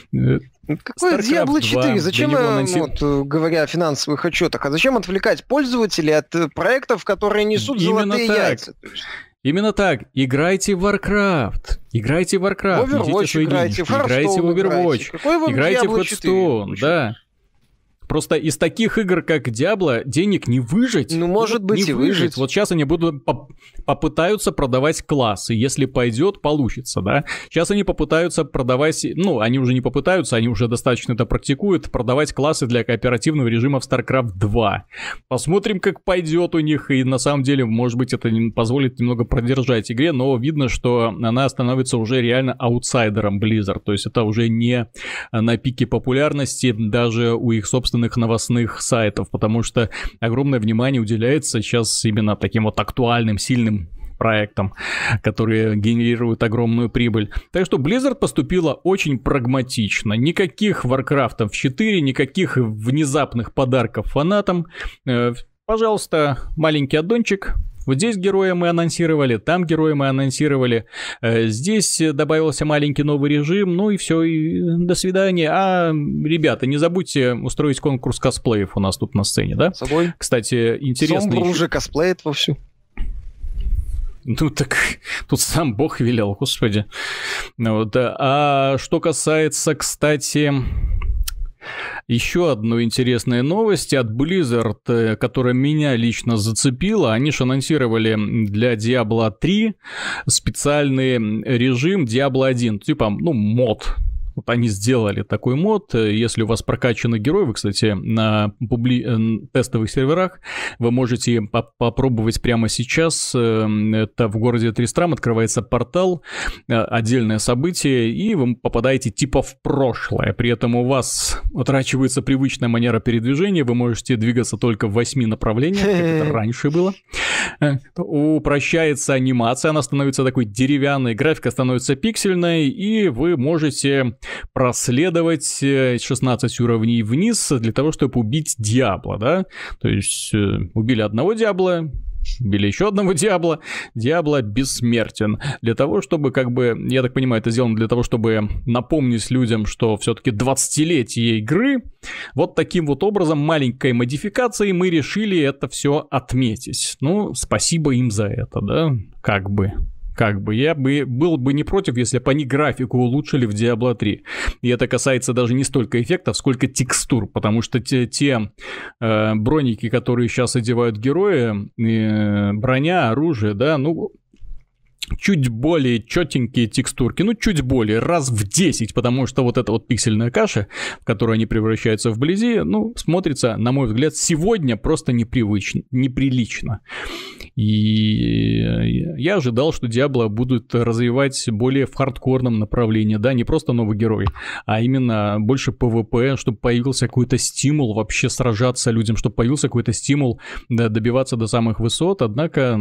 S2: Какой Diablo 4? Зачем, говоря о финансовых отчетах, а зачем отвлекать пользователей от проектов, которые несут золотые яйца?
S1: Именно так. Играйте в Warcraft. Играйте в Warcraft.
S2: Overwatch играйте, в
S1: играйте в Overwatch. Играйте в Hearthstone. Да. Просто из таких игр, как Diablo, денег не выжить.
S2: Ну, может быть, и выжить.
S1: Вот сейчас они будут попытаются продавать классы. Если пойдет, получится, да. Сейчас они попытаются продавать... Ну, они уже не попытаются, они уже достаточно это практикуют. Продавать классы для кооперативного режима в StarCraft 2. Посмотрим, как пойдет у них. И на самом деле, может быть, это позволит немного продержать игре. Но видно, что она становится уже реально аутсайдером Blizzard. То есть это уже не на пике популярности даже у их собственных новостных сайтов, потому что огромное внимание уделяется сейчас именно таким вот актуальным, сильным проектам, которые генерируют огромную прибыль. Так что Blizzard поступила очень прагматично. Никаких Warcraft'ов 4, никаких внезапных подарков фанатам. Пожалуйста, маленький аддончик. Вот здесь героя мы анонсировали, там героя мы анонсировали, здесь добавился маленький новый режим, ну и все, и до свидания. А, ребята, не забудьте устроить конкурс косплеев у нас тут на сцене, да?
S2: С собой.
S1: Кстати, интересно...
S2: Сомбру уже косплеит вовсю.
S1: Ну так, тут сам Бог велел, господи. Вот. А что касается, кстати... Еще одну интересную новость от Blizzard, которая меня лично зацепила. Они же анонсировали для Diablo 3 специальный режим Diablo 1, типа, мод. Вот они сделали такой мод. Если у вас прокачанный герой, вы, кстати, на тестовых серверах, вы можете попробовать прямо сейчас. Это в городе Тристрам открывается портал, отдельное событие, и вы попадаете типа в прошлое. При этом у вас утрачивается привычная манера передвижения, вы можете двигаться только в 8 направлениях, как это раньше было. Упрощается анимация, она становится такой деревянной, графика становится пиксельной, и вы можете проследовать 16 уровней вниз для того, чтобы убить Диабло, да? То есть убили одного Диабло, убили еще одного Диабло, Диабло бессмертен. Для того, чтобы, я так понимаю, это сделано для того, чтобы напомнить людям, что все-таки 20-летие игры, вот таким вот образом, маленькой модификацией мы решили это все отметить. Спасибо им за это, да, я был бы не против, если бы они графику улучшили в Diablo 3. И это касается даже не столько эффектов, сколько текстур, потому что те броники, которые сейчас одевают герои, броня, оружие, да, чуть более четенькие текстурки, чуть более, раз в 10, потому что вот эта вот пиксельная каша, в которую они превращаются вблизи, смотрится, на мой взгляд, сегодня просто неприлично. И я ожидал, что Diablo будут развивать более в хардкорном направлении, да, не просто новый герой, а именно больше PvP, чтобы появился какой-то стимул вообще сражаться людям, чтобы появился какой-то стимул добиваться до самых высот, однако,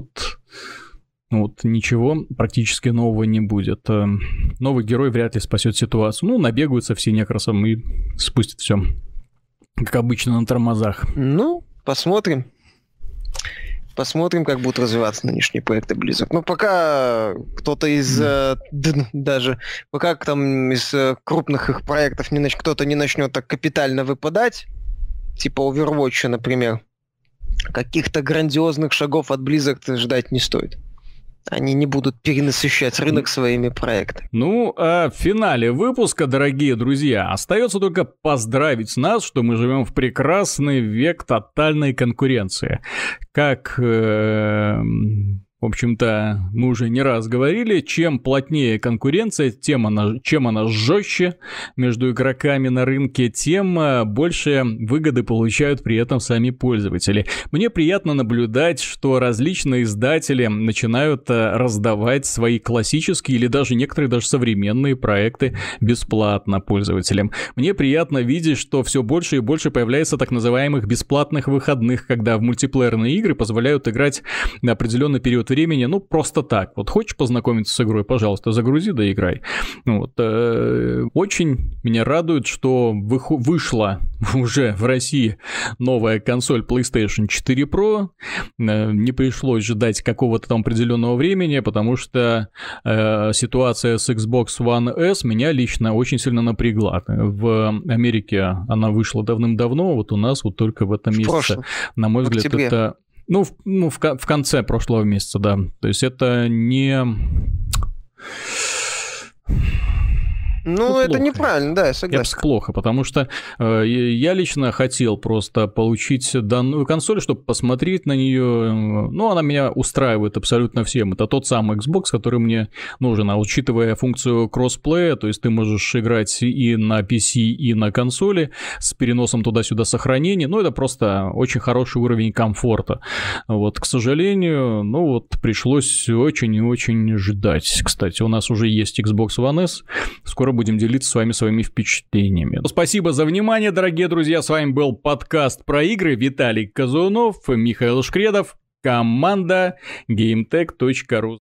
S1: ничего практически нового не будет. Новый герой вряд ли спасет ситуацию. Набегаются все некросом и спустят все, как обычно, на тормозах.
S2: Посмотрим. Посмотрим, как будут развиваться нынешние проекты Blizzard. Пока кто-то из пока там из крупных их проектов кто-то не начнет так капитально выпадать, типа Overwatch, например, каких-то грандиозных шагов от Blizzard ждать не стоит. Они не будут перенасыщать рынок своими проектами.
S1: А в финале выпуска, дорогие друзья, остается только поздравить нас, что мы живем в прекрасный век тотальной конкуренции. Как... В общем-то, мы уже не раз говорили, чем плотнее конкуренция, чем она жестче между игроками на рынке, тем больше выгоды получают при этом сами пользователи. Мне приятно наблюдать, что различные издатели начинают раздавать свои классические или даже некоторые даже современные проекты бесплатно пользователям. Мне приятно видеть, что все больше и больше появляется так называемых бесплатных выходных, когда в мультиплеерные игры позволяют играть на определенный период времени, просто так. Вот хочешь познакомиться с игрой, пожалуйста, загрузи да играй. Очень меня радует, что вышла уже в России новая консоль PlayStation 4 Pro. Не пришлось ждать какого-то там определенного времени, потому что ситуация с Xbox One S меня лично очень сильно напрягла. В Америке она вышла давным-давно, вот у нас вот только в этом месяце. На мой взгляд, это... в конце прошлого месяца, да. То есть это не...
S2: это неправильно, да, я согласен.
S1: Плохо, потому что я лично хотел просто получить данную консоль, чтобы посмотреть на нее. Она меня устраивает абсолютно всем. Это тот самый Xbox, который мне нужен. А учитывая функцию кроссплея, то есть ты можешь играть и на PC, и на консоли с переносом туда-сюда сохранения, это просто очень хороший уровень комфорта. К сожалению, пришлось очень и очень ждать. Кстати, у нас уже есть Xbox One S. Скоро будем делиться с вами своими впечатлениями. Спасибо за внимание, дорогие друзья. С вами был подкаст про игры. Виталий Казунов, Михаил Шкредов, команда GameTech.ru.